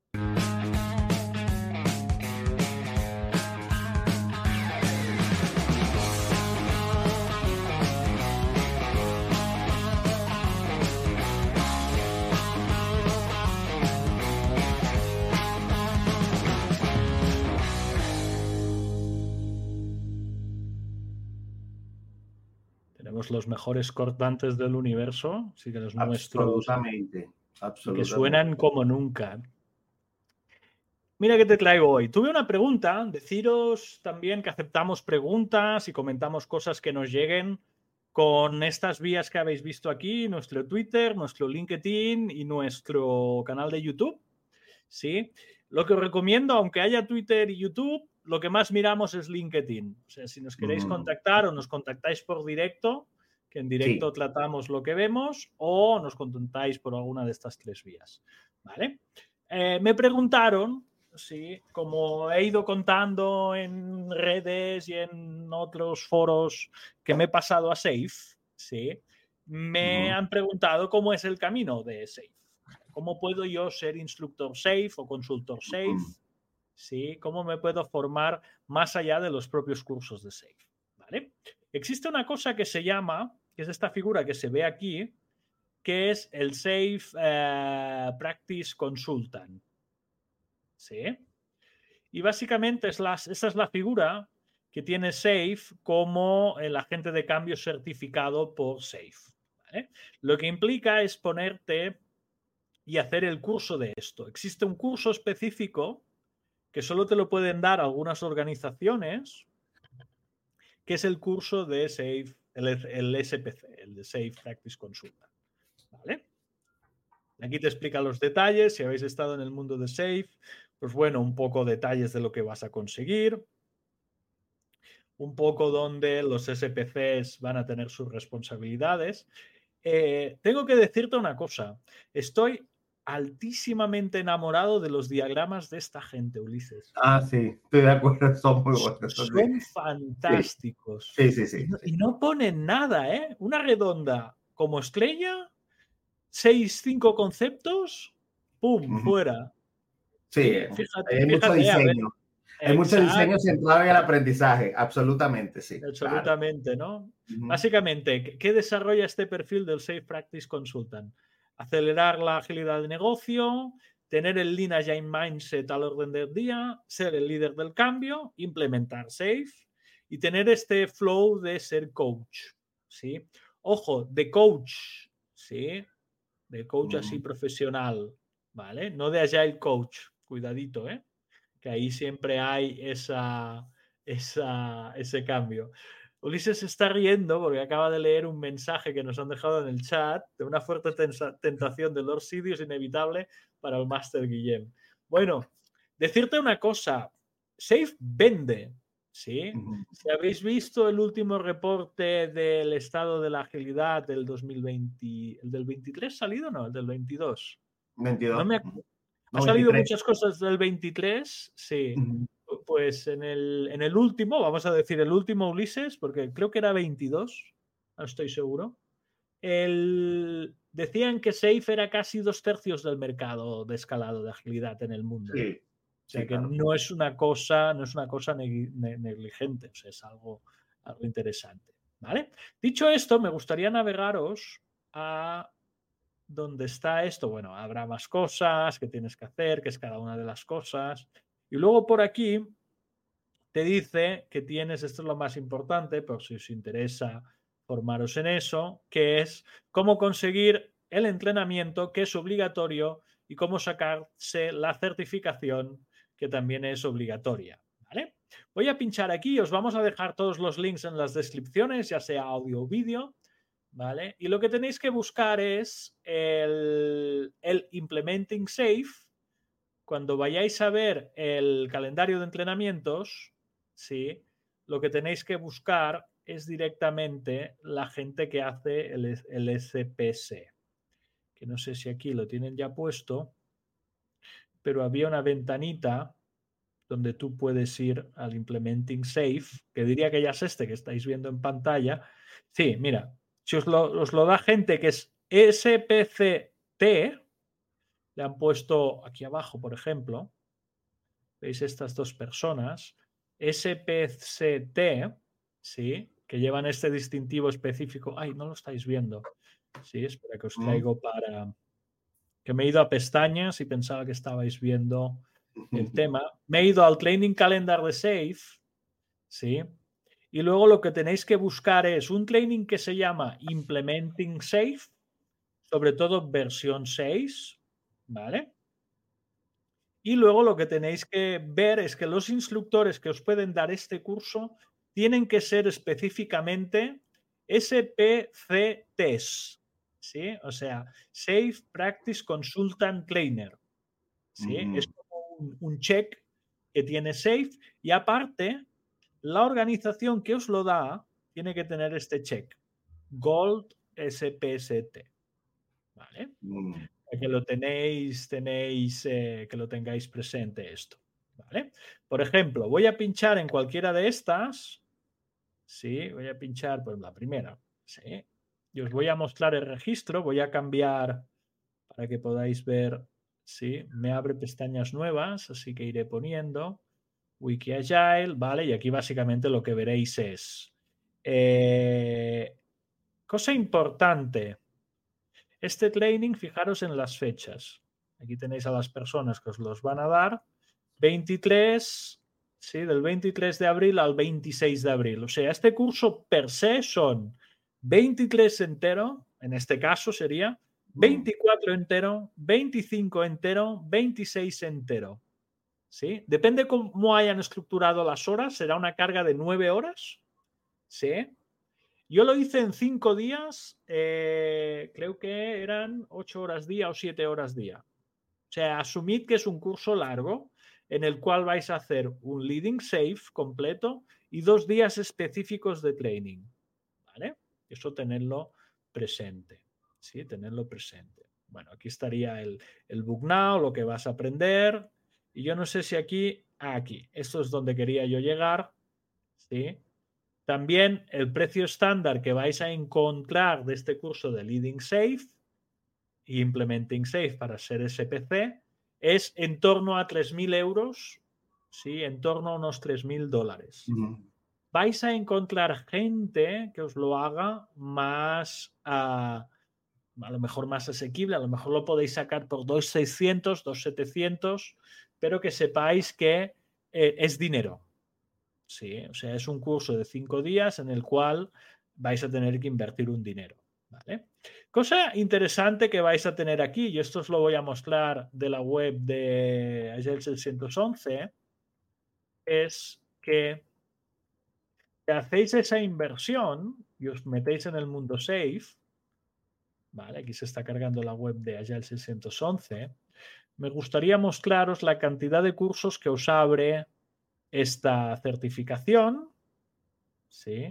Tenemos los mejores cortantes del universo, así que los nuestros. Absolutamente, absolutamente. Y que suenan como nunca. Mira qué te traigo hoy. Tuve una pregunta. Deciros también que aceptamos preguntas y comentamos cosas que nos lleguen con estas vías que habéis visto aquí, nuestro Twitter, nuestro LinkedIn y nuestro canal de YouTube. ¿Sí? Lo que os recomiendo, aunque haya Twitter y YouTube, lo que más miramos es LinkedIn. O sea, si nos queréis mm. contactar o nos contactáis por directo, que en directo sí. tratamos lo que vemos, o nos contactáis por alguna de estas tres vías. ¿Vale? Eh, me preguntaron, sí, como he ido contando en redes y en otros foros que me he pasado a Safe, sí, me uh-huh. han preguntado cómo es el camino de Safe. ¿Cómo puedo yo ser instructor Safe o consultor Safe? ¿Sí? ¿Cómo me puedo formar más allá de los propios cursos de Safe? ¿Vale? Existe una cosa que se llama, que es esta figura que se ve aquí, que es el Safe uh, Practice Consultant. ¿Sí? Y básicamente es las, esa es la figura que tiene Safe como el agente de cambio certificado por Safe. ¿Vale? Lo que implica es ponerte y hacer el curso de esto. Existe un curso específico que solo te lo pueden dar algunas organizaciones, que es el curso de Safe, el, el S P C, el de Safe Practice Consultant. ¿Vale? Aquí te explica los detalles, si habéis estado en el mundo de Safe, pues bueno, un poco detalles de lo que vas a conseguir, un poco donde los S P Cs van a tener sus responsabilidades. Eh, tengo que decirte una cosa, estoy altísimamente enamorado de los diagramas de esta gente, Ulises. Ah, sí, estoy de acuerdo, son muy buenos. Son, Son sí. fantásticos. Sí, sí, sí. Y, no, sí. y no ponen nada, ¿eh? Una redonda como estrella, seis, cinco conceptos, ¡pum! Uh-huh. Fuera. Sí, Sí, fíjate, hay mucho fíjate, a ver. diseño. Hay mucho diseño Exacto, centrado en el aprendizaje, absolutamente, sí, claro. absolutamente, ¿no? Uh-huh. Básicamente, ¿qué, ¿qué desarrolla este perfil del Safe Practice Consultant? Acelerar la agilidad de negocio, tener el Lean Agile Mindset al orden del día, ser el líder del cambio, implementar Safe y tener este flow de ser coach, ¿sí? Ojo, de coach, ¿sí? De coach Uh-huh. así profesional, ¿vale? No de Agile Coach, cuidadito, ¿eh? Que ahí siempre hay esa, esa, ese cambio. Ulises se está riendo porque acaba de leer un mensaje que nos han dejado en el chat de una fuerte tensa, tentación de Lord Sidious inevitable para el Máster Guillem. Bueno, decirte una cosa, Safe vende, ¿sí? Uh-huh. Si habéis visto el último reporte del estado de la agilidad del dos mil veinte, ¿el del veintitrés salido? No, el del veintidós. No veintidós. me ha No, salido veintitrés. muchas cosas del veintitrés, sí. Uh-huh. Pues en el, en el último, vamos a decir el último Ulises, porque creo que era veintidós, no estoy seguro. El, decían que Safe era casi dos tercios del mercado de escalado de agilidad en el mundo. Sí, O sea sí, que claro. no es una cosa, no es una cosa neg negligente, o sea, es algo, algo interesante. ¿Vale? Dicho esto, me gustaría navegaros a donde está esto. Bueno, habrá más cosas que tienes que hacer, que es cada una de las cosas. Y luego por aquí te dice que tienes, esto es lo más importante, por si os interesa formaros en eso, que es cómo conseguir el entrenamiento, que es obligatorio, y cómo sacarse la certificación, que también es obligatoria. ¿Vale? Voy a pinchar aquí y os vamos a dejar todos los links en las descripciones, ya sea audio o vídeo. ¿Vale? Y lo que tenéis que buscar es el, el Implementing Safe. Cuando vayáis a ver el calendario de entrenamientos, ¿sí? Lo que tenéis que buscar es directamente la gente que hace el, el S P C. Que no sé si aquí lo tienen ya puesto, pero había una ventanita donde tú puedes ir al Implementing Safe, que diría que ya es este que estáis viendo en pantalla. Sí, mira, si os lo, os lo da gente que es S P C T, le han puesto aquí abajo, por ejemplo, veis estas dos personas, S P C T, ¿sí? Que llevan este distintivo específico. Ay, no lo estáis viendo. Sí, espera que os Uh-huh. traigo para... que me he ido a pestañas y pensaba que estabais viendo el tema. Me he ido al Training Calendar de Safe, ¿sí? Y luego lo que tenéis que buscar es un training que se llama Implementing Safe, sobre todo versión seis, ¿vale? Y luego lo que tenéis que ver es que los instructores que os pueden dar este curso tienen que ser específicamente S P C Ts, ¿sí? O sea, Safe Practice Consultant Trainer, ¿sí? Uh-huh. Es como un, un check que tiene Safe y aparte la organización que os lo da tiene que tener este check, Gold S P S T, ¿vale? Uh-huh. Que lo tenéis, tenéis eh, que lo tengáis presente esto, ¿vale? Por ejemplo, voy a pinchar en cualquiera de estas, sí, voy a pinchar por la primera, sí, y os voy a mostrar el registro, voy a cambiar para que podáis ver, sí, me abre pestañas nuevas, así que iré poniendo Wiki Agile, ¿vale? Y aquí básicamente lo que veréis es, eh, cosa importante, este training, fijaros en las fechas. Aquí tenéis a las personas que os los van a dar. veintitrés, sí, del veintitrés de abril al veintiséis de abril. O sea, este curso per se son veintitrés entero, en este caso sería veinticuatro entero, veinticinco entero, veintiséis entero. ¿Sí? Depende cómo hayan estructurado las horas, será una carga de nueve horas. ¿Sí? Yo lo hice en cinco días, eh, creo que eran ocho horas día o siete horas día. O sea, asumid que es un curso largo en el cual vais a hacer un leading safe completo y dos días específicos de training. ¿Vale? Eso tenerlo presente. ¿Sí? Tenerlo presente. Bueno, aquí estaría el, el book now, lo que vas a aprender. Y yo no sé si aquí, ah, aquí, esto es donde quería yo llegar. ¿Sí? También el precio estándar que vais a encontrar de este curso de Leading Safe y Implementing Safe para ser S P C es en torno a tres mil euros, ¿sí? En torno a unos tres mil dólares. Uh-huh. Vais a encontrar gente que os lo haga más, uh, a lo mejor más asequible, a lo mejor lo podéis sacar por dos mil seiscientos, dos mil setecientos, pero que sepáis que eh, es dinero. Sí, o sea, es un curso de cinco días en el cual vais a tener que invertir un dinero. ¿Vale? Cosa interesante que vais a tener aquí, y esto os lo voy a mostrar de la web de Agile seiscientos once, es que si hacéis esa inversión y os metéis en el mundo safe, ¿vale? Aquí se está cargando la web de Agile seiscientos once, me gustaría mostraros la cantidad de cursos que os abre esta certificación. Sí.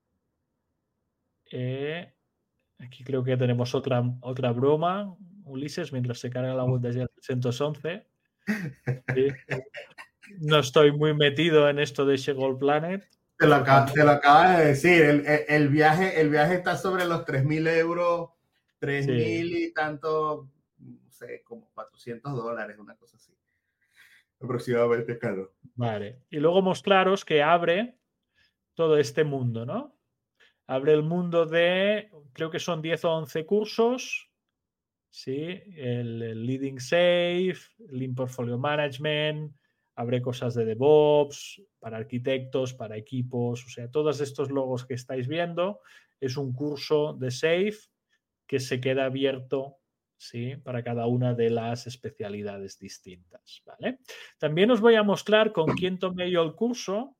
Eh, aquí creo que tenemos otra, otra broma, Ulises, mientras se carga la web de seiscientos once. Sí. No estoy muy metido en esto de Shegol Planet. Te lo, acaba, te lo acabas de decir, el, el, el, viaje, el viaje está sobre los tres mil euros, tres mil sí. Y tanto, no sé, como cuatrocientos dólares, una cosa así. Aproximadamente, Carlos. Vale. Y luego mostraros que abre todo este mundo, ¿no? Abre el mundo de, creo que son diez o once cursos, ¿sí? El, el Leading Safe, Lean Portfolio Management, abre cosas de DevOps, para arquitectos, para equipos, o sea, todos estos logos que estáis viendo es un curso de Safe que se queda abierto, ¿sí? Para cada una de las especialidades distintas, ¿vale? También os voy a mostrar con quién tomé yo el curso.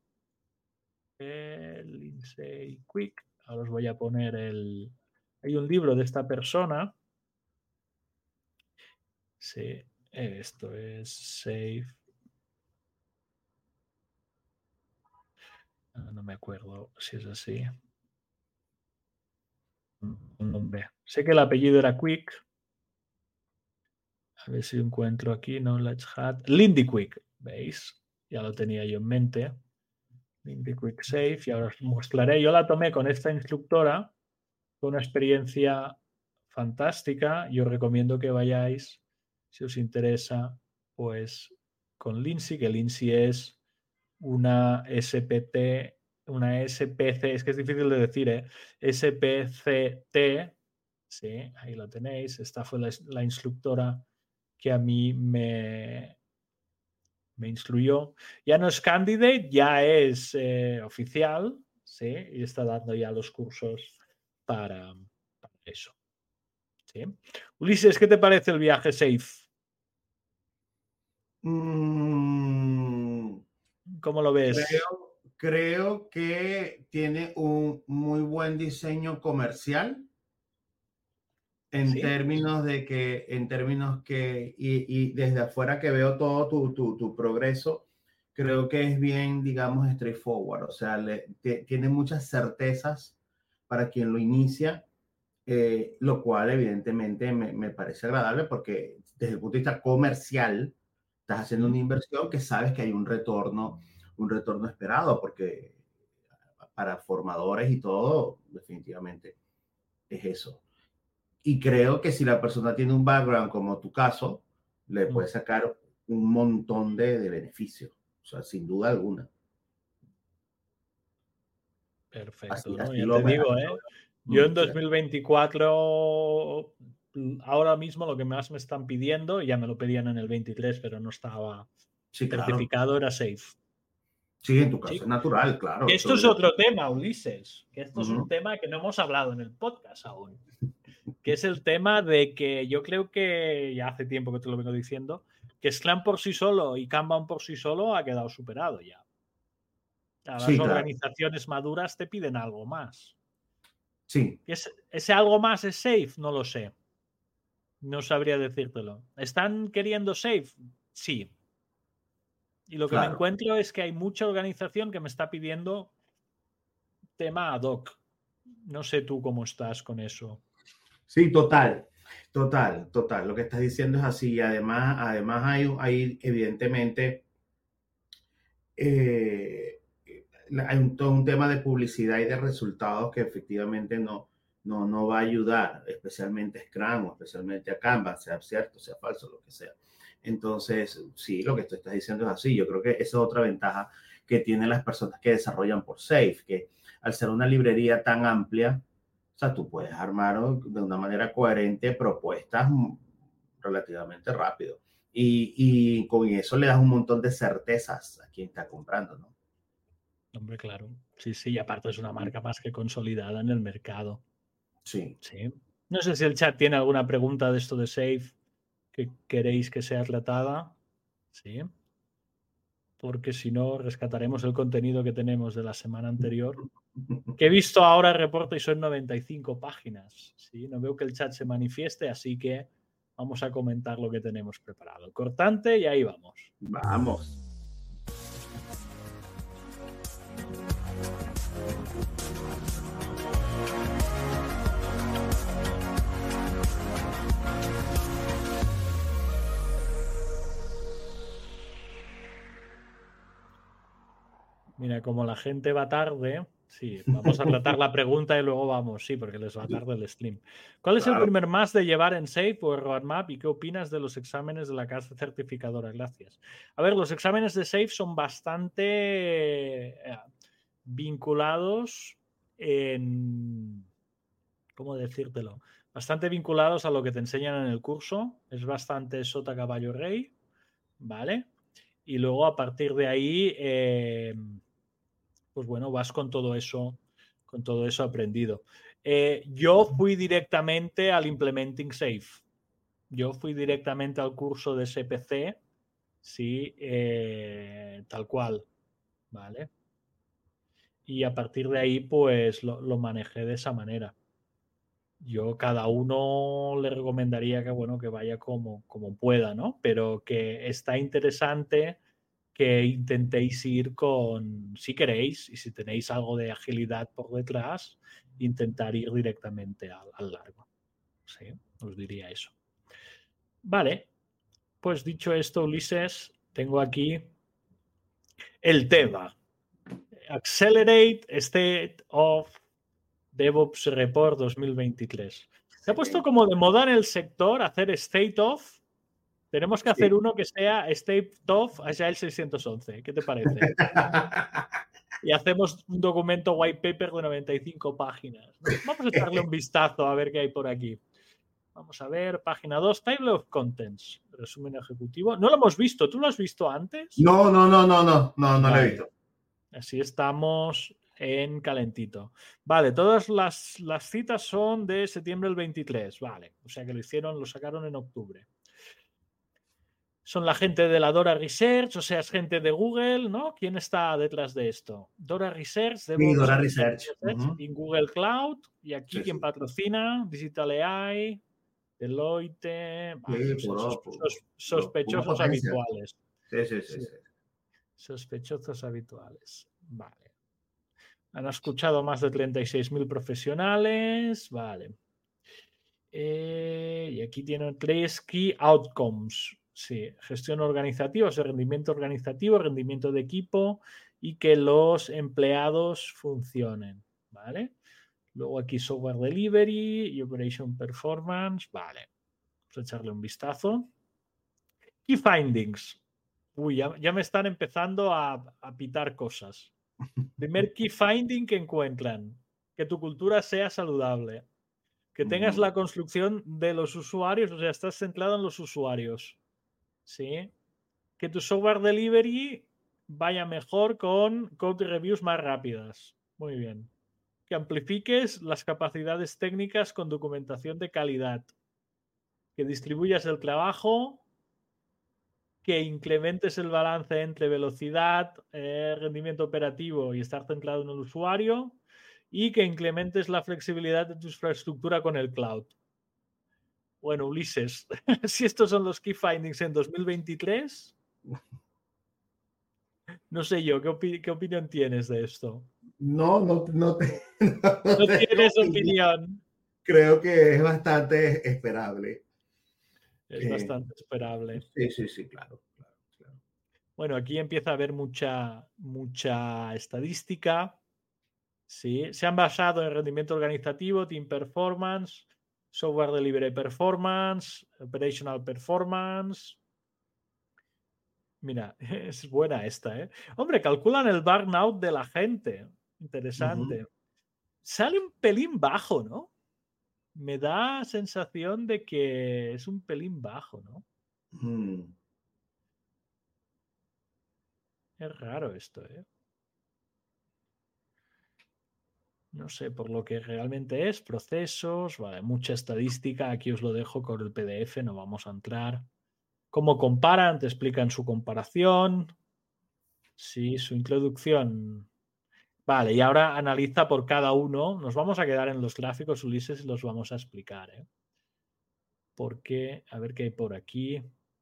El Lindsay Quick. Ahora os voy a poner el... Hay un libro de esta persona. Sí, esto es Safe. No me acuerdo si es así. Un nombre. Sé que el apellido era Quick. A ver si encuentro aquí. Knowledge Hat. Lindy Quick. ¿Veis? Ya lo tenía yo en mente. Lindy Quick Safe. Y ahora os mostraré. Yo la tomé con esta instructora. Fue una experiencia fantástica. Yo os recomiendo que vayáis, si os interesa, pues con Lindsay, que Lindsay es una S P T, una S P C, es que es difícil de decir, ¿eh? S P C T, sí, ahí lo tenéis. Esta fue la, la instructora que a mí me, me instruyó. Ya no es candidate, ya es eh, oficial, sí, y está dando ya los cursos para, para eso. ¿Sí? Ulises, ¿qué te parece el viaje Safe? Mm, ¿Cómo lo ves? Creo, creo que tiene un muy buen diseño comercial en ¿Sí? términos de que, en términos que, y, y desde afuera que veo todo tu, tu, tu progreso, creo que es bien, digamos, straightforward, o sea, le, te, tiene muchas certezas para quien lo inicia, eh, lo cual evidentemente me, me parece agradable porque desde el punto de vista comercial estás haciendo una inversión que sabes que hay un retorno, un retorno esperado, porque para formadores y todo, definitivamente es eso. Y creo que si la persona tiene un background como tu caso, le puede sacar un montón de, de beneficios, o sea, sin duda alguna. Perfecto, así, ¿no? así Ya lo te me, digo, ¿eh? Yo en dos mil veinticuatro, ahora mismo lo que más me están pidiendo, ya me lo pedían en el veintitrés, pero no estaba Sí, claro. certificado era safe. Sí, en tu caso ¿Sí? es natural, claro. Esto es otro tema, Ulises, que esto uh-huh. es un tema que no hemos hablado en el podcast aún, que es el tema de que yo creo que ya hace tiempo que te lo vengo diciendo, que Scrum por sí solo y Kanban por sí solo ha quedado superado ya. Las sí, claro. organizaciones maduras te piden algo más. Sí. ¿Ese, ¿Ese algo más es safe? No lo sé. No sabría decírtelo. ¿Están queriendo safe? Sí. Y lo que claro. me encuentro es que hay mucha organización que me está pidiendo tema ad hoc. No sé tú cómo estás con eso. Sí, total. Total, total. Lo que estás diciendo es así. Y además, además hay, hay evidentemente, eh, hay un, todo un tema de publicidad y de resultados que efectivamente no, no, no va a ayudar, especialmente a Scrum o especialmente a Kanban, sea cierto, sea falso, lo que sea. Entonces, sí, lo que tú estás diciendo es así. Yo creo que esa es otra ventaja que tienen las personas que desarrollan por Safe, que al ser una librería tan amplia, o sea, tú puedes armar de una manera coherente propuestas relativamente rápido. Y, y con eso le das un montón de certezas a quien está comprando, ¿no? Hombre, claro. Sí, sí, y aparte es una marca más que consolidada en el mercado. Sí. Sí. No sé si el chat tiene alguna pregunta de esto de Safe que queréis que sea tratada. Sí. Porque si no, rescataremos el contenido que tenemos de la semana anterior. Que he visto ahora el reporte y son noventa y cinco páginas. ¿Sí? No veo que el chat se manifieste, así que vamos a comentar lo que tenemos preparado. Cortante y ahí vamos. Vamos. Mira, como la gente va tarde, sí, vamos a tratar la pregunta y luego vamos, sí, porque les va tarde el stream. ¿Cuál es claro. el primer más de llevar en Safe o en Roadmap y qué opinas de los exámenes de la casa certificadora? Gracias. A ver, los exámenes de Safe son bastante eh, vinculados en... ¿Cómo decírtelo? Bastante vinculados a lo que te enseñan en el curso. Es bastante sota, caballo, rey, ¿vale? Y luego a partir de ahí... Eh, pues bueno, vas con todo eso, con todo eso aprendido. Eh, yo fui directamente al Implementing Safe. Yo fui directamente al curso de S P C, sí, eh, tal cual, ¿vale? Y a partir de ahí, pues lo, lo manejé de esa manera. Yo cada uno le recomendaría que, bueno, que vaya como, como pueda, ¿no? Pero que está interesante que intentéis ir con, si queréis, y si tenéis algo de agilidad por detrás, intentar ir directamente al, al largo. Sí, os diría eso. Vale, pues dicho esto, Ulises, tengo aquí el tema. Accelerate State of DevOps Report dos mil veintitrés. Se ha puesto como de moda en el sector hacer State of. Tenemos que hacer sí. uno que sea State of Agile seiscientos once. ¿Qué te parece? Y hacemos un documento white paper de noventa y cinco páginas, ¿no? Vamos a echarle un vistazo a ver qué hay por aquí. Vamos a ver, página dos, Table of Contents, resumen ejecutivo. No lo hemos visto, ¿tú lo has visto antes? No, no, no, no, no, no, no vale. Lo he visto. Así estamos en calentito. Vale, todas las, las citas son de septiembre del veintitrés, vale. O sea que lo hicieron, lo sacaron en octubre. Son la gente de la Dora Research, o sea, es gente de Google, ¿no? ¿Quién está detrás de esto? Dora Research, sí, Dora Research. Uh-huh. En Google Cloud, y aquí sí, quien sí. patrocina, Digital A I, Deloitte, sí, vale, puro, sos, puro, sos, sospechosos puro habituales. Sí, sí, sí, sí. sí. Sospechosos habituales, vale. Han escuchado más de treinta y seis mil profesionales, vale. Eh, y aquí tienen tres Key Outcomes. Sí, gestión organizativa, o sea, rendimiento organizativo, rendimiento de equipo y que los empleados funcionen, ¿vale? Luego aquí Software Delivery y Operation Performance, vale. Vamos a echarle un vistazo. Key Findings. Uy, ya, ya me están empezando a, a pitar cosas. Primer Key Finding que encuentran, que tu cultura sea saludable. Que tengas la construcción de los usuarios, o sea, estás centrado en los usuarios. ¿Sí? que tu software delivery vaya mejor con code reviews más rápidas. Muy bien. Que amplifiques las capacidades técnicas con documentación de calidad. Que distribuyas el trabajo, que incrementes el balance entre velocidad, eh, rendimiento operativo y estar centrado en el usuario, y que incrementes la flexibilidad de tu infraestructura con el cloud. Bueno, Ulises, si estos son los key findings en dos mil veintitrés, no sé yo, ¿qué, opi qué opinión tienes de esto? No, no, no, te, no, no tengo tienes opinión. opinión. Creo que es bastante esperable. Es Eh, bastante esperable. sí, sí, sí, claro, claro, claro. Bueno, aquí empieza a haber mucha, mucha estadística. Sí, se han basado en rendimiento organizativo, team performance, software delivery performance, operational performance. Mira, es buena esta, ¿eh? Hombre, calculan el burnout de la gente. Interesante. Uh-huh. Sale un pelín bajo, ¿no? Me da sensación de que es un pelín bajo, ¿no? Hmm. Es raro esto, ¿eh? No sé, por lo que realmente es, procesos, vale, mucha estadística, aquí os lo dejo con el P D F, no vamos a entrar. ¿Cómo comparan? Te explican su comparación. Sí, su introducción. Vale, y ahora analiza por cada uno. Nos vamos a quedar en los gráficos, Ulises, y los vamos a explicar, ¿eh? Porque, a ver qué hay por aquí.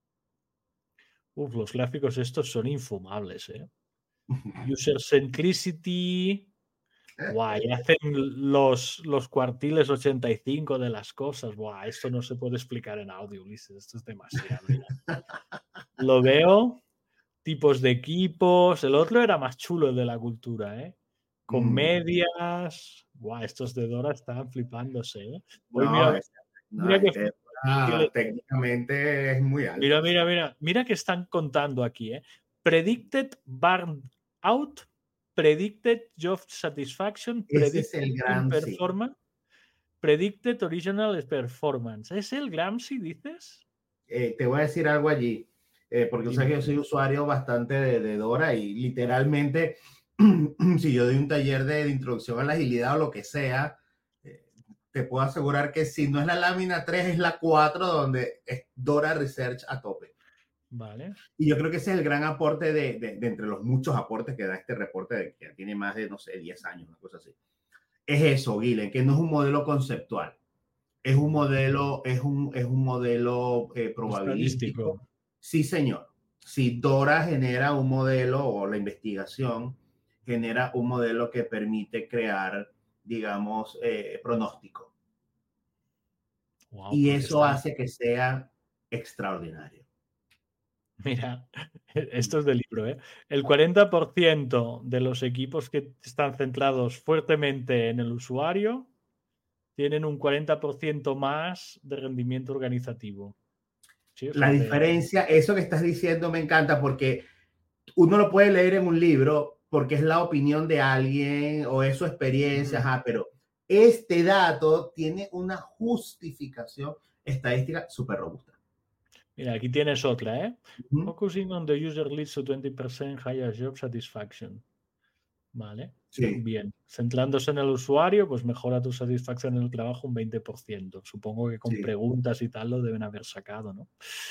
Uf, los gráficos estos son infumables, ¿eh? User centricity. Guay, hacen los, los cuartiles ochenta y cinco de las cosas. Buah, esto no se puede explicar en audio, Ulises. Esto es demasiado. Mira. Lo veo. Tipos de equipos. El otro era más chulo, el de la cultura, ¿eh? Con Mm. medias. Buah, estos de Dora estaban flipándose, ¿eh? Hoy No, mira, es, no, mira que, este, que le- ah, técnicamente es muy alto. mira, mira, mira, mira que están contando aquí, ¿eh? Predicted burnout, predicted job satisfaction, Ese es predicted el team gran sí. performance, predicted original performance. ¿Es el Gramsci, dices? Eh, te voy a decir algo allí, eh, porque Dime. sabes que yo soy usuario bastante de, de Dora y literalmente, si yo doy un taller de, de introducción a la agilidad o lo que sea, eh, te puedo asegurar que si no es la lámina tres, es la cuatro, donde es Dora Research a tope. Vale. Y yo creo que ese es el gran aporte de, de, de entre los muchos aportes que da este reporte, de, que tiene más de, no sé, diez años, una cosa así. Es eso, Guile, que no es un modelo conceptual. Es un modelo, es un, es un modelo eh, probabilístico. Estadístico. Sí, señor. Si Dora genera un modelo, o la investigación genera un modelo que permite crear, digamos, eh, pronóstico. Wow, Y porque eso están... hace que sea extraordinario. Mira, esto es del libro, ¿eh? El cuarenta por ciento de los equipos que están centrados fuertemente en el usuario tienen un cuarenta por ciento más de rendimiento organizativo. Sí, o La sea, de... diferencia, eso que estás diciendo me encanta porque uno lo puede leer en un libro porque es la opinión de alguien o es su experiencia, Mm. ajá, pero este dato tiene una justificación estadística súper robusta. Mira, aquí tienes otra, ¿eh? Uh-huh. Focusing on the user leads to twenty percent higher job satisfaction. Vale. Sí. Bien. Centrándose en el usuario, pues mejora tu satisfacción en el trabajo un veinte por ciento. Supongo que con Sí. preguntas y tal lo deben haber sacado, ¿no?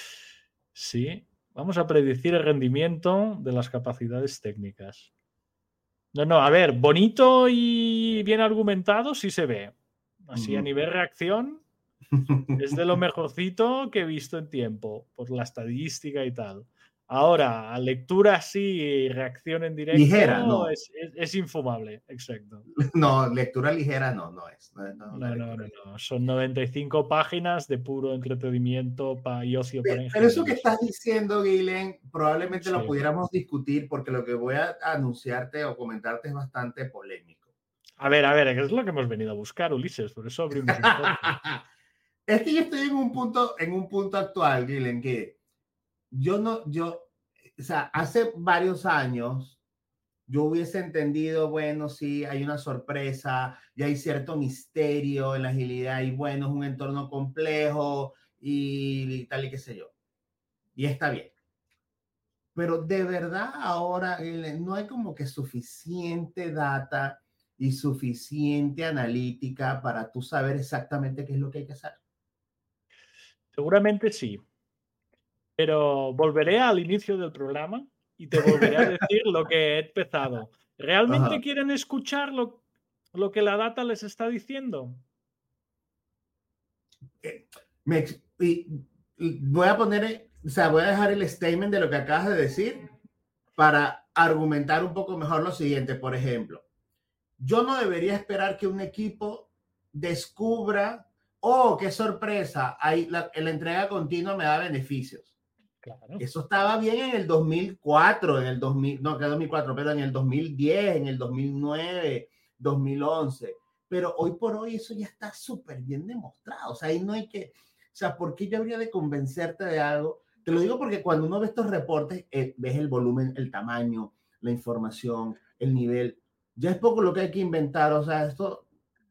Sí. Vamos a predecir el rendimiento de las capacidades técnicas. No, no, a ver, bonito y bien argumentado sí se ve. Así uh-huh. A nivel reacción es de lo mejorcito que he visto en tiempo, por la estadística y tal. Ahora, a lectura así y reacción en directo ligera, no. Es, es, es infumable, exacto. No, lectura ligera no, no es. No, no, no, no, no, no, son noventa y cinco páginas de puro entretenimiento para, y ocio para Pero, ingenieros. pero eso que estás diciendo, Guilén, probablemente sí. Lo pudiéramos discutir porque lo que voy a anunciarte o comentarte es bastante polémico. A ver, a ver, ¿qué es lo que hemos venido a buscar, Ulises? Por eso abrimos un podcast. Es que yo estoy en un punto, en un punto actual, Guilén, que yo no, yo, o sea, hace varios años yo hubiese entendido, bueno, sí, hay una sorpresa, y hay cierto misterio en la agilidad, y bueno, es un entorno complejo, y, y tal y qué sé yo. Y está bien. pero de verdad ahora no hay como que suficiente data y suficiente analítica para tú saber exactamente qué es lo que hay que hacer. Seguramente sí, pero volveré al inicio del programa y te volveré a decir lo que he empezado. ¿Realmente Ajá. quieren escuchar lo, lo que la data les está diciendo? Eh, me, y, y voy a poner, o sea, voy a dejar el statement de lo que acabas de decir para argumentar un poco mejor lo siguiente. Por ejemplo, yo no debería esperar que un equipo descubra, oh, qué sorpresa, ahí la, la entrega continua me da beneficios. Claro. Eso estaba bien en el dos mil cuatro, en el dos mil, no, que dos mil cuatro, pero en el dos mil diez, en el dos mil nueve, dos mil once. Pero hoy por hoy eso ya está súper bien demostrado. O sea, ahí no hay que, o sea, ¿por qué yo habría de convencerte de algo? Te lo digo porque cuando uno ve estos reportes, eh, ves el volumen, el tamaño, la información, el nivel. Ya es poco lo que hay que inventar. O sea, esto,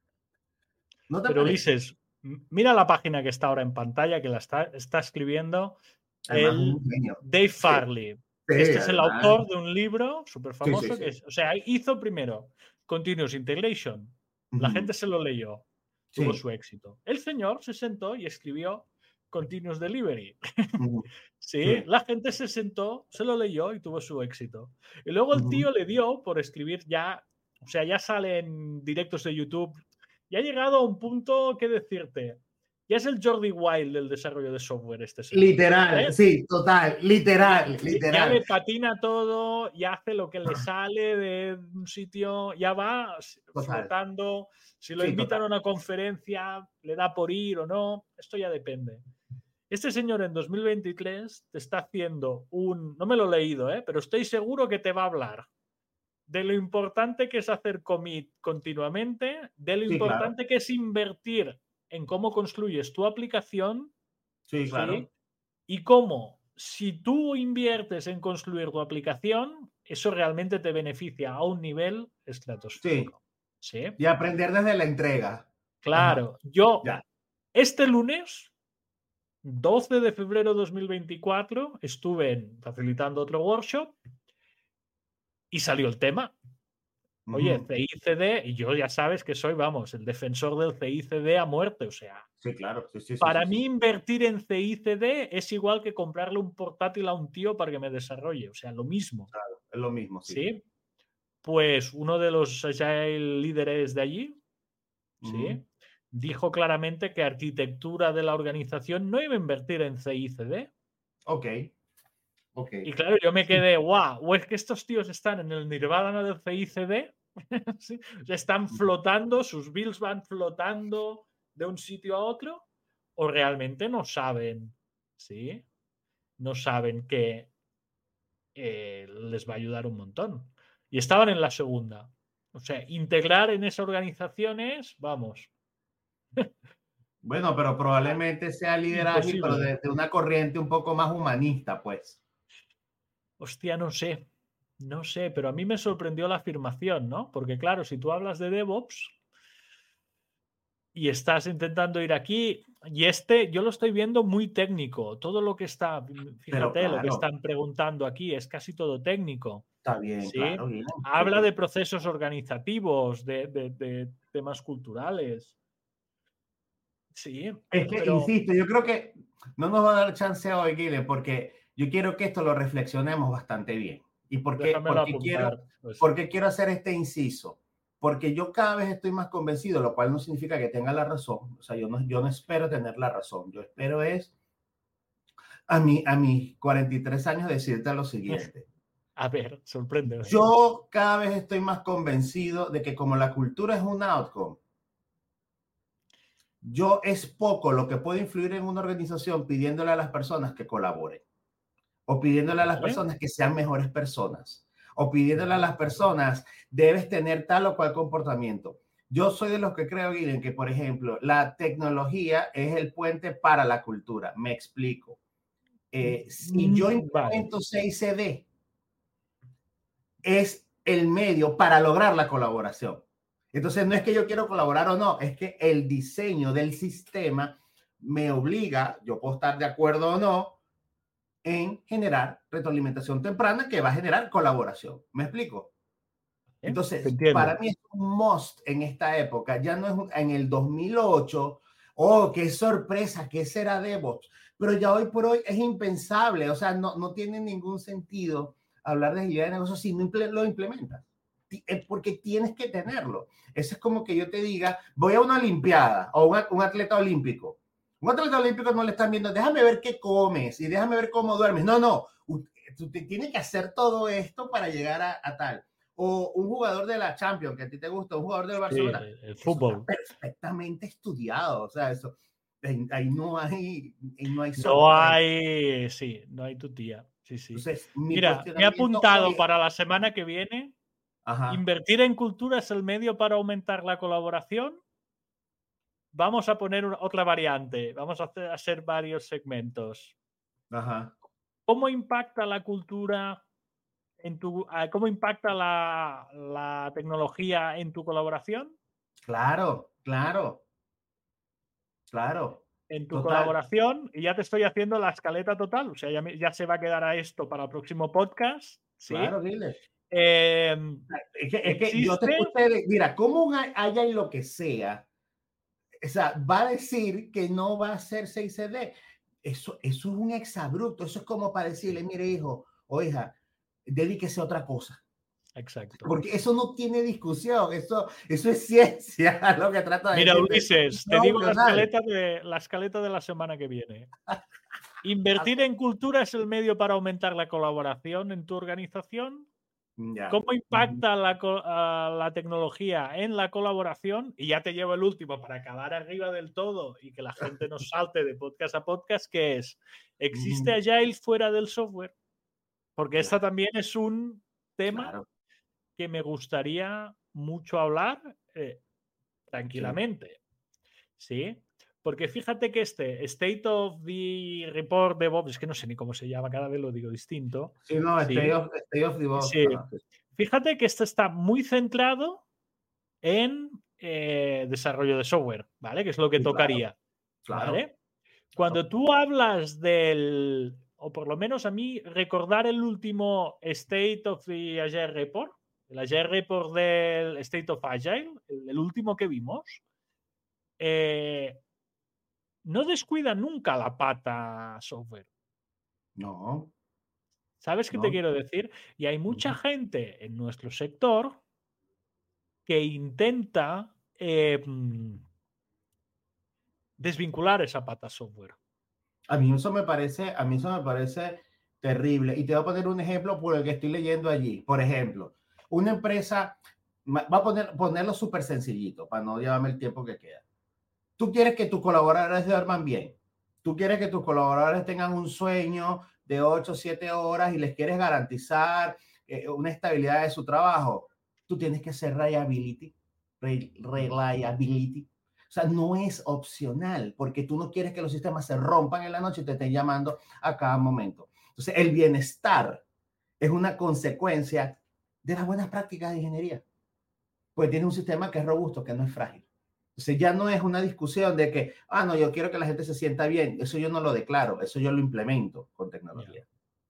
¿no te Pero parece? Ulises, mira la página que está ahora en pantalla, que la está, está escribiendo Además, el un genio. Dave Sí, Farley. sí, Este es el además. autor de un libro súper Sí, sí, famoso que sí. es, o sea, hizo primero Continuous Integration. Uh La -huh. gente se lo leyó, tuvo Sí. su éxito. El señor se sentó y escribió Continuous Delivery. Uh -huh. Sí, Sí. la gente se sentó, se lo leyó y tuvo su éxito. Y luego Uh el -huh. tío le dio por escribir ya, o sea, ya sale en directos de YouTube, y ha llegado a un punto que decirte, ya es el Jordi Wild del desarrollo de software este señor. Literal, ¿Eh? sí, total, literal, Ya literal. le patina todo, ya hace lo que le sale de un sitio, ya va Total, flotando. Si lo sí, invitan total. a una conferencia, le da por ir o no. Esto ya depende. Este señor en dos mil veintitrés te está haciendo un, no me lo he leído, ¿eh? Pero estoy seguro que te va a hablar de lo importante que es hacer commit continuamente, de lo Sí, claro, importante que es invertir en cómo construyes tu aplicación, sí, ¿sí? claro. Y cómo, si tú inviertes en construir tu aplicación, eso realmente te beneficia a un nivel Sí, estratosférico. ¿Sí? y aprender desde la entrega. Ajá, Claro, yo ya. este lunes, doce de febrero de dos mil veinticuatro, estuve en, facilitando otro workshop y salió el tema. Oye, Ujú. C I C D, y yo ya sabes que soy, vamos, el defensor del C I C D a muerte. O sea, Sí, claro, sí, sí, sí, para sí, mí sí. invertir en C I C D es igual que comprarle un portátil a un tío para que me desarrolle. O sea, lo mismo. Claro, es lo mismo, sí. ¿Sí? Pues uno de los agile líderes de allí, Ujú. ¿sí? Dijo claramente que arquitectura de la organización no iba a invertir en C I C D. Ok, ok. Y claro, yo me Sí. quedé, guau, o es que estos tíos están en el nirvana del C I C D, ¿sí? O sea, están flotando, sus builds van flotando de un sitio a otro, o realmente no saben, ¿sí? No saben que eh, les va a ayudar un montón. Y estaban en la segunda. O sea, integrar en esa organización es, vamos, Bueno, pero probablemente sea líder ágil, pero imposible. de, de una corriente un poco más humanista, pues. Hostia, no sé. No sé, pero a mí me sorprendió la afirmación, ¿no? Porque claro, si tú hablas de DevOps y estás intentando ir aquí, y este yo lo estoy viendo muy técnico. Todo lo que está, Pero fíjate, lo que claro, están preguntando aquí es casi todo técnico. está bien, ¿Sí? claro, bien, Habla súper. de procesos organizativos, de, de, de temas culturales. Sí, Es que, pero insisto, yo creo que no nos va a dar chance hoy, Guile, porque yo quiero que esto lo reflexionemos bastante bien. ¿Y por qué, déjamelo por qué apuntar. quiero, Pues, por qué quiero hacer este inciso? Porque yo cada vez estoy más convencido, lo cual no significa que tenga la razón. O sea, yo no, yo no espero tener la razón. Yo espero es, a, mí, a mis cuarenta y tres años, decirte lo siguiente. a ver, sorpréndeme. Yo cada vez estoy más convencido de que como la cultura es un outcome, yo es poco lo que puedo influir en una organización pidiéndole a las personas que colaboren, o pidiéndole a las Vale, personas que sean mejores personas, o pidiéndole a vale. las personas, debes tener tal o cual comportamiento. Yo soy de los que creo, Guillen, que, por ejemplo, la tecnología es el puente para la cultura. Me explico. Eh, si yo Mm, vale. implemento C I C D, es el medio para lograr la colaboración. Entonces, no es que yo quiero colaborar o no, es que el diseño del sistema me obliga, yo puedo estar de acuerdo o no, en generar retroalimentación temprana que va a generar colaboración. ¿Me explico? ¿Eh? Entonces, para mí es un must en esta época. Ya no es un, en el dos mil ocho, oh, qué sorpresa, qué será DevOps. Pero ya hoy por hoy es impensable. O sea, no, no tiene ningún sentido hablar de agilidad de negocio si no lo implementas. Porque tienes que tenerlo. Eso es como que yo te diga, voy a una olimpiada o una, un atleta olímpico. Un atleta olímpico no le están viendo, déjame ver qué comes y déjame ver cómo duermes. No, no, tú tienes que hacer todo esto para llegar a, a tal. O un jugador de la Champions, que a ti te gusta, un jugador del Barcelona. Sí, el fútbol. Eso está perfectamente estudiado. O sea, eso, ahí, ahí no hay, ahí no hay No sorpresa. hay, sí, no hay tu tía. Sí, sí. Entonces, mi Mira, me he apuntado oye, para la semana que viene. Ajá. Invertir en cultura es el medio para aumentar la colaboración. Vamos a poner una, otra variante. Vamos a hacer, a hacer varios segmentos. Ajá. ¿Cómo impacta la cultura en tu, cómo impacta la, la tecnología en tu colaboración? Claro, claro. Claro. En tu total. Colaboración, y ya te estoy haciendo la escaleta total, o sea, ya, me, ya se va a quedar a esto para el próximo podcast. ¿Sí? Claro, dile. Eh, es que, es que yo te escuché, mira, como haya lo que sea, o sea, va a decir que no va a ser seis C D. Eso, eso es un exabrupto. Eso es como para decirle, mire, hijo o hija, dedíquese a otra cosa. Exacto. Porque eso no tiene discusión. Eso, eso es ciencia, lo que trata de Mira, decir. Ulises, te digo la escaleta, de, la escaleta de la semana que viene. Invertir en cultura es el medio para aumentar la colaboración en tu organización. Ya. ¿Cómo impacta la, uh, la tecnología en la colaboración? Y ya te llevo el último para acabar arriba del todo y que la gente nos salte de podcast a podcast, que es, ¿existe Agile fuera del software? Porque esta también es un tema claro. que me gustaría mucho hablar eh, tranquilamente. Sí. ¿Sí? Porque fíjate que este State of the Report DevOps, es que no sé ni cómo se llama, cada vez lo digo distinto. Sí, no, ¿sí? State, of, State of DevOps. Sí. Fíjate que este está muy centrado en eh, desarrollo de software, ¿vale? Que es lo que sí, tocaría. Claro, ¿vale? Claro. Cuando tú hablas del, o por lo menos a mí, recordar el último State of the Agile Report, el Agile Report del State of Agile, el, el último que vimos, eh, no descuida nunca la pata software. No. ¿Sabes qué no. te quiero decir? Y hay mucha uh-huh. gente en nuestro sector que intenta eh, desvincular esa pata software. A mí eso me parece, a mí eso me parece terrible. Y te voy a poner un ejemplo por el que estoy leyendo allí. Por ejemplo, una empresa, va a poner, ponerlo súper sencillito para no llevarme el tiempo que queda. Tú quieres que tus colaboradores duerman bien. Tú quieres que tus colaboradores tengan un sueño de ocho o siete horas y les quieres garantizar eh, una estabilidad de su trabajo. Tú tienes que hacer reliability. Reliability. O sea, no es opcional porque tú no quieres que los sistemas se rompan en la noche y te estén llamando a cada momento. Entonces, el bienestar es una consecuencia de las buenas prácticas de ingeniería. Pues tiene un sistema que es robusto, que no es frágil. Entonces, ya no es una discusión de que, ah, no, yo quiero que la gente se sienta bien. Eso yo no lo declaro, eso yo lo implemento con tecnología.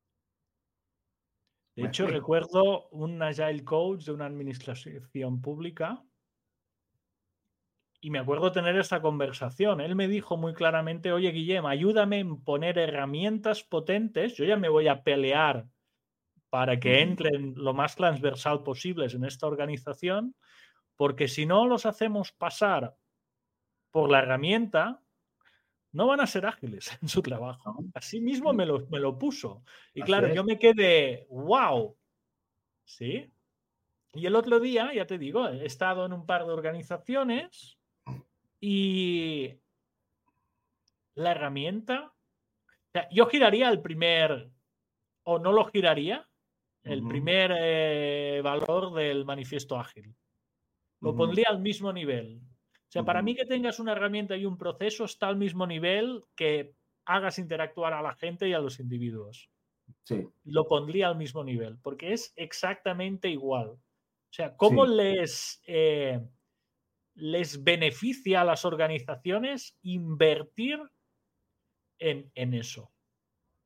De hecho, explico? Recuerdo un Agile Coach de una administración pública y me acuerdo tener esa conversación. Él me dijo muy claramente, oye, Guillem, ayúdame en poner herramientas potentes. Yo ya me voy a pelear para que entren lo más transversal posibles en esta organización, porque si no los hacemos pasar por la herramienta, no van a ser ágiles en su trabajo. Así mismo me lo, me lo puso. Y claro, yo me quedé, wow. ¿Sí? Y el otro día, ya te digo, he estado en un par de organizaciones y la herramienta, o sea, yo giraría el primer, o no lo giraría, el uh-huh. primer eh, valor del manifiesto ágil. Lo uh-huh. pondría al mismo nivel. O sea, uh-huh. para mí que tengas una herramienta y un proceso está al mismo nivel que hagas interactuar a la gente y a los individuos. Sí. Lo pondría al mismo nivel, porque es exactamente igual. O sea, ¿cómo sí. les, eh, les beneficia a las organizaciones invertir en, en eso?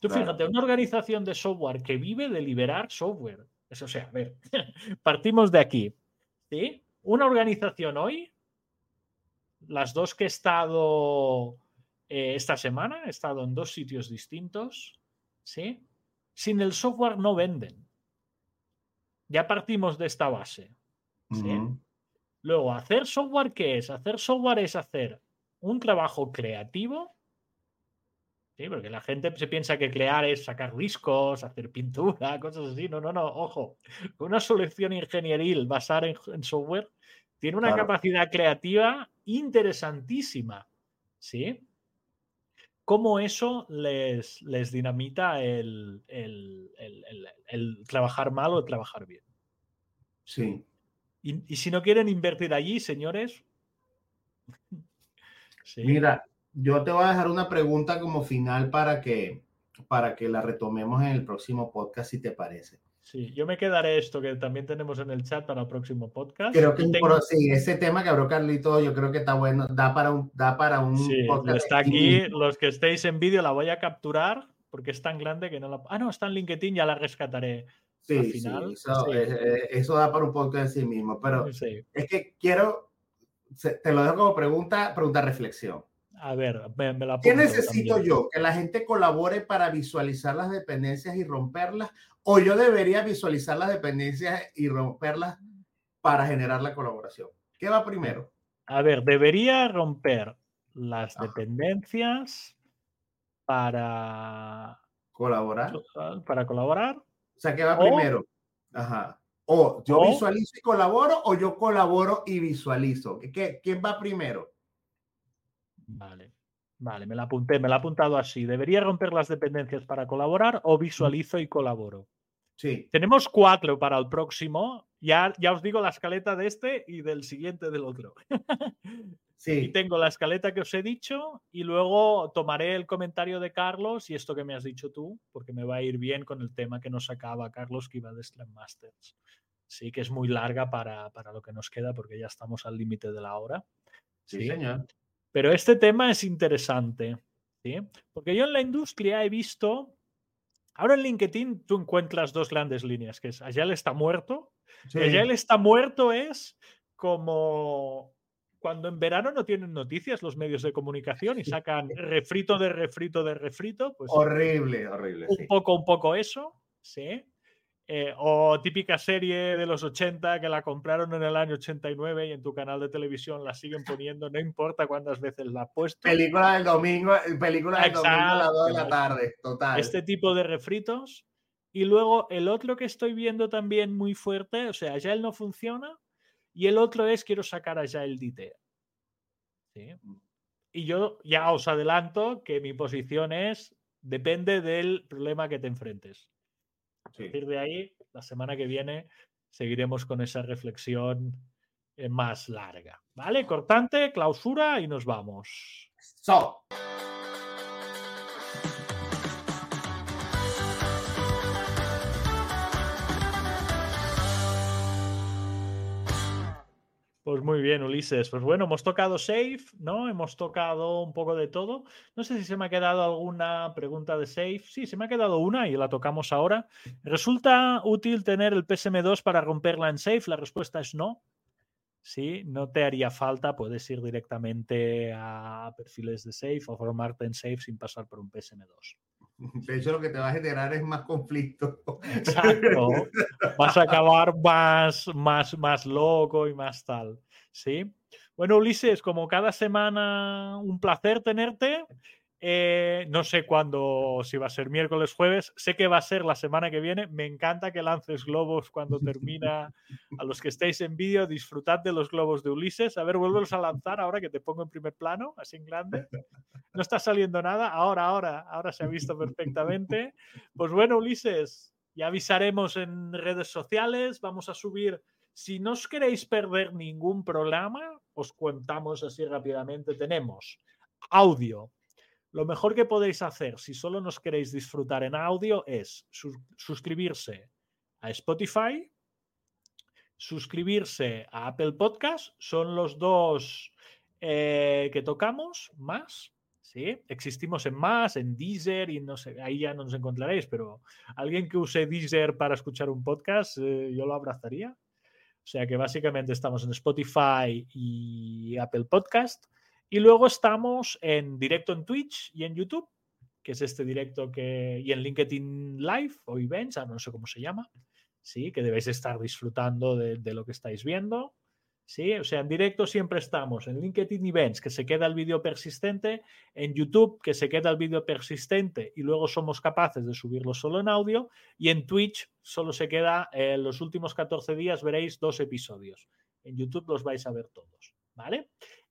Tú Claro. fíjate, una organización de software que vive de liberar software. Eso, o sea, a ver, partimos de aquí. ¿Sí? Una organización hoy, las dos que he estado eh, esta semana, he estado en dos sitios distintos, ¿sí? Sin el software no venden. Ya partimos de esta base, ¿sí? Ujú. Luego, hacer software, ¿qué es? Hacer software es hacer un trabajo creativo, ¿sí? Porque la gente se piensa que crear es sacar discos, hacer pintura, cosas así. No, no, no, ojo. Una solución ingenieril basada en, en software tiene una Claro. capacidad creativa interesantísima, ¿sí? Cómo eso les, les dinamita el, el, el, el, el trabajar mal o el trabajar bien, ¿sí? Sí. Y, y si no quieren invertir allí, señores, ¿sí? Mira, yo te voy a dejar una pregunta como final para que, para que la retomemos en el próximo podcast, si te parece. Sí, yo me quedaré esto que también tenemos en el chat para el próximo podcast. Creo que Y por, tengo, sí, ese tema que abrió Carlito, yo creo que está bueno, da para un, da para sí, un podcast está de sí aquí. mismo. Los que estéis en vídeo la voy a capturar porque es tan grande que no la. Ah, no, está en LinkedIn, ya la rescataré al Sí, sí, final. eso, Sí, eh, eh, eso da para un podcast de sí mismo, pero sí. es que quiero, se- te lo dejo como pregunta, pregunta reflexión. A ver, me, me la ¿Qué apunto necesito también. yo? ¿Que la gente colabore para visualizar las dependencias y romperlas? ¿O yo debería visualizar las dependencias y romperlas para generar la colaboración? ¿Qué va primero? A ver, debería romper las Ajá. dependencias para, Colaborar. para colaborar O sea, ¿qué va o, primero? Ajá. O yo o visualizo y colaboro o yo colaboro y visualizo. ¿Qué, ¿Quién va primero? Vale, vale, me la apunté, me la he apuntado así. ¿Debería romper las dependencias para colaborar o visualizo y colaboro? Sí, Tenemos cuatro para el próximo. Ya, ya os digo la escaleta de este y del siguiente del otro. Y sí, tengo la escaleta que os he dicho y luego tomaré el comentario de Carlos y esto que me has dicho tú, porque me va a ir bien con el tema que nos sacaba Carlos que iba de Scrum Masters. Sí, que es muy larga para, para lo que nos queda porque ya estamos al límite de la hora. sí, Sí. señor. Pero este tema es interesante, ¿sí? Porque yo en la industria he visto, ahora en LinkedIn tú encuentras dos grandes líneas, que es Agile está muerto, y Sí. Agile está muerto es como cuando en verano no tienen noticias los medios de comunicación y sacan refrito de refrito de refrito, pues Horrible, horrible, un sí. poco, un poco eso, ¿sí? Eh, o típica serie de los ochenta que la compraron en el año ochenta y nueve y en tu canal de televisión la siguen poniendo, no importa cuántas veces la has puesto. Película del domingo, película del domingo a las dos de la Exacto, tarde, total. este tipo de refritos. Y luego el otro que estoy viendo también muy fuerte, o sea, Agile no funciona, y el otro es quiero sacar Agile D T. ¿Sí? Y yo ya os adelanto que mi posición es depende del problema que te enfrentes. A Sí. partir de ahí, la semana que viene, seguiremos con esa reflexión eh, más larga. ¿Vale? Cortante, clausura y nos vamos. So. Pues muy bien, Ulises. Pues bueno, hemos tocado Safe, ¿no? Hemos tocado un poco de todo. No sé si se me ha quedado alguna pregunta de Safe. Sí, se me ha quedado una y la tocamos ahora. ¿Resulta útil tener el P S M dos para romperla en Safe? La respuesta es no. Sí, no te haría falta. Puedes ir directamente a perfiles de Safe o formarte en Safe sin pasar por un P S M dos. De hecho, lo que te va a generar es más conflicto. Exacto. Vas a acabar más, más, más loco y más tal. ¿Sí? Bueno, Ulises, como cada semana, un placer tenerte. Eh, no sé cuándo, si va a ser miércoles, jueves. Sé que va a ser la semana que viene. Me encanta que lances globos cuando termina. A los que estéis en vídeo, disfrutad de los globos de Ulises. A ver, vuélvelos a lanzar ahora que te pongo en primer plano, así en grande. No está saliendo nada. Ahora, ahora, ahora se ha visto perfectamente. Pues bueno, Ulises, ya avisaremos en redes sociales. Vamos a subir. Si no os queréis perder ningún programa, os contamos así rápidamente. Tenemos audio. Lo mejor que podéis hacer si solo nos queréis disfrutar en audio es sus suscribirse a Spotify, suscribirse a Apple Podcast. Son los dos eh, que tocamos más. ¿Sí? Existimos en más, en Deezer y no sé, ahí ya no nos encontraréis, pero alguien que use Deezer para escuchar un podcast, eh, yo lo abrazaría. O sea que básicamente estamos en Spotify y Apple Podcast. Y luego estamos en directo en Twitch y en YouTube, que es este directo que... y en LinkedIn Live o Events, no sé cómo se llama. Sí, que debéis estar disfrutando de, de lo que estáis viendo. Sí, o sea, en directo siempre estamos en LinkedIn Events, que se queda el vídeo persistente, en YouTube, que se queda el vídeo persistente y luego somos capaces de subirlo solo en audio, y en Twitch solo se queda, en eh, los últimos catorce días veréis dos episodios. En YouTube los vais a ver todos, ¿vale?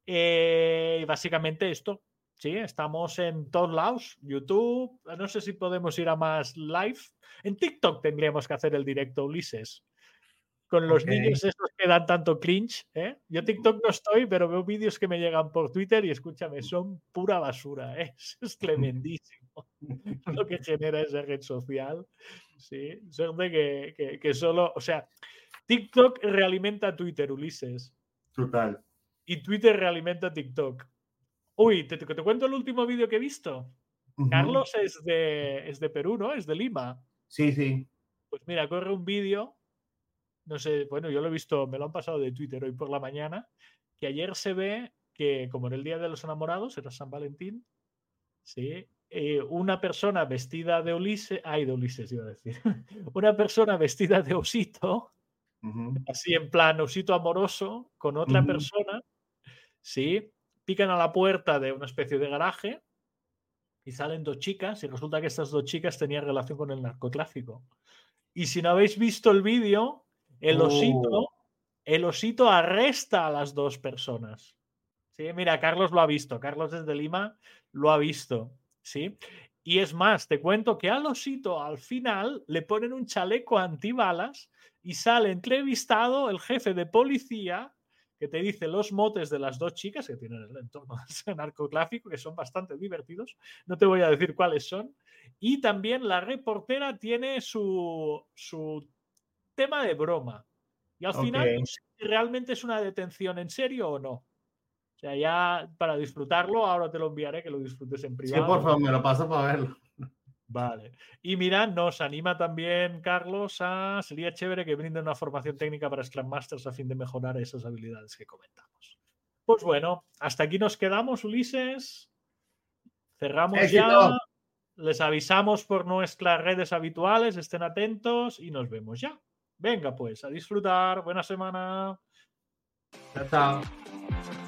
Eh, básicamente esto, sí, estamos en todos lados, YouTube, no sé si podemos ir a más live. En TikTok tendríamos que hacer el directo, Ulises. Con los okay. niños esos que dan tanto cringe, ¿eh? Yo TikTok no estoy, pero veo vídeos que me llegan por Twitter y escúchame, son pura basura, ¿eh? Es tremendísimo lo que genera esa red social. Sí, suerte que, que, que solo, o sea, TikTok realimenta Twitter, Ulises. Total. Y Twitter realimenta TikTok. Uy, te, te, te cuento el último vídeo que he visto. Uh-huh. Carlos es de, es de Perú, ¿no? Es de Lima. Sí, sí. Pues mira, corre un vídeo. No sé, bueno, yo lo he visto, me lo han pasado de Twitter hoy por la mañana, que ayer se ve que, como en el Día de los Enamorados, era San Valentín, ¿sí? Eh, una persona vestida de Ulises, ay, de Ulises iba a decir, una persona vestida de osito, uh-huh. así en plan osito amoroso, con otra uh-huh. persona, ¿sí? Pican a la puerta de una especie de garaje y salen dos chicas y resulta que estas dos chicas tenían relación con el narcotráfico. Y si no habéis visto el vídeo, el osito, oh. el osito arresta a las dos personas. Sí, mira, Carlos lo ha visto. Carlos desde Lima lo ha visto. Sí. Y es más, te cuento que al osito al final le ponen un chaleco antibalas y sale entrevistado el jefe de policía que te dice los motes de las dos chicas que tienen el entorno del narcotráfico, que son bastante divertidos. No te voy a decir cuáles son. Y también la reportera tiene su, su tema de broma. Y al okay. final no sé si realmente es una detención en serio o no. O sea, ya para disfrutarlo, ahora te lo enviaré, que lo disfrutes en privado. Sí, por favor, me lo paso para verlo. Vale. Y mira, nos anima también, Carlos, a... Sería chévere que brinden una formación técnica para Scrum Masters a fin de mejorar esas habilidades que comentamos. Pues bueno, hasta aquí nos quedamos, Ulises. Cerramos ¡Éxito! Ya. Les avisamos por nuestras redes habituales, estén atentos y nos vemos ya. Venga, pues, a disfrutar. Buena semana. Chao, chao.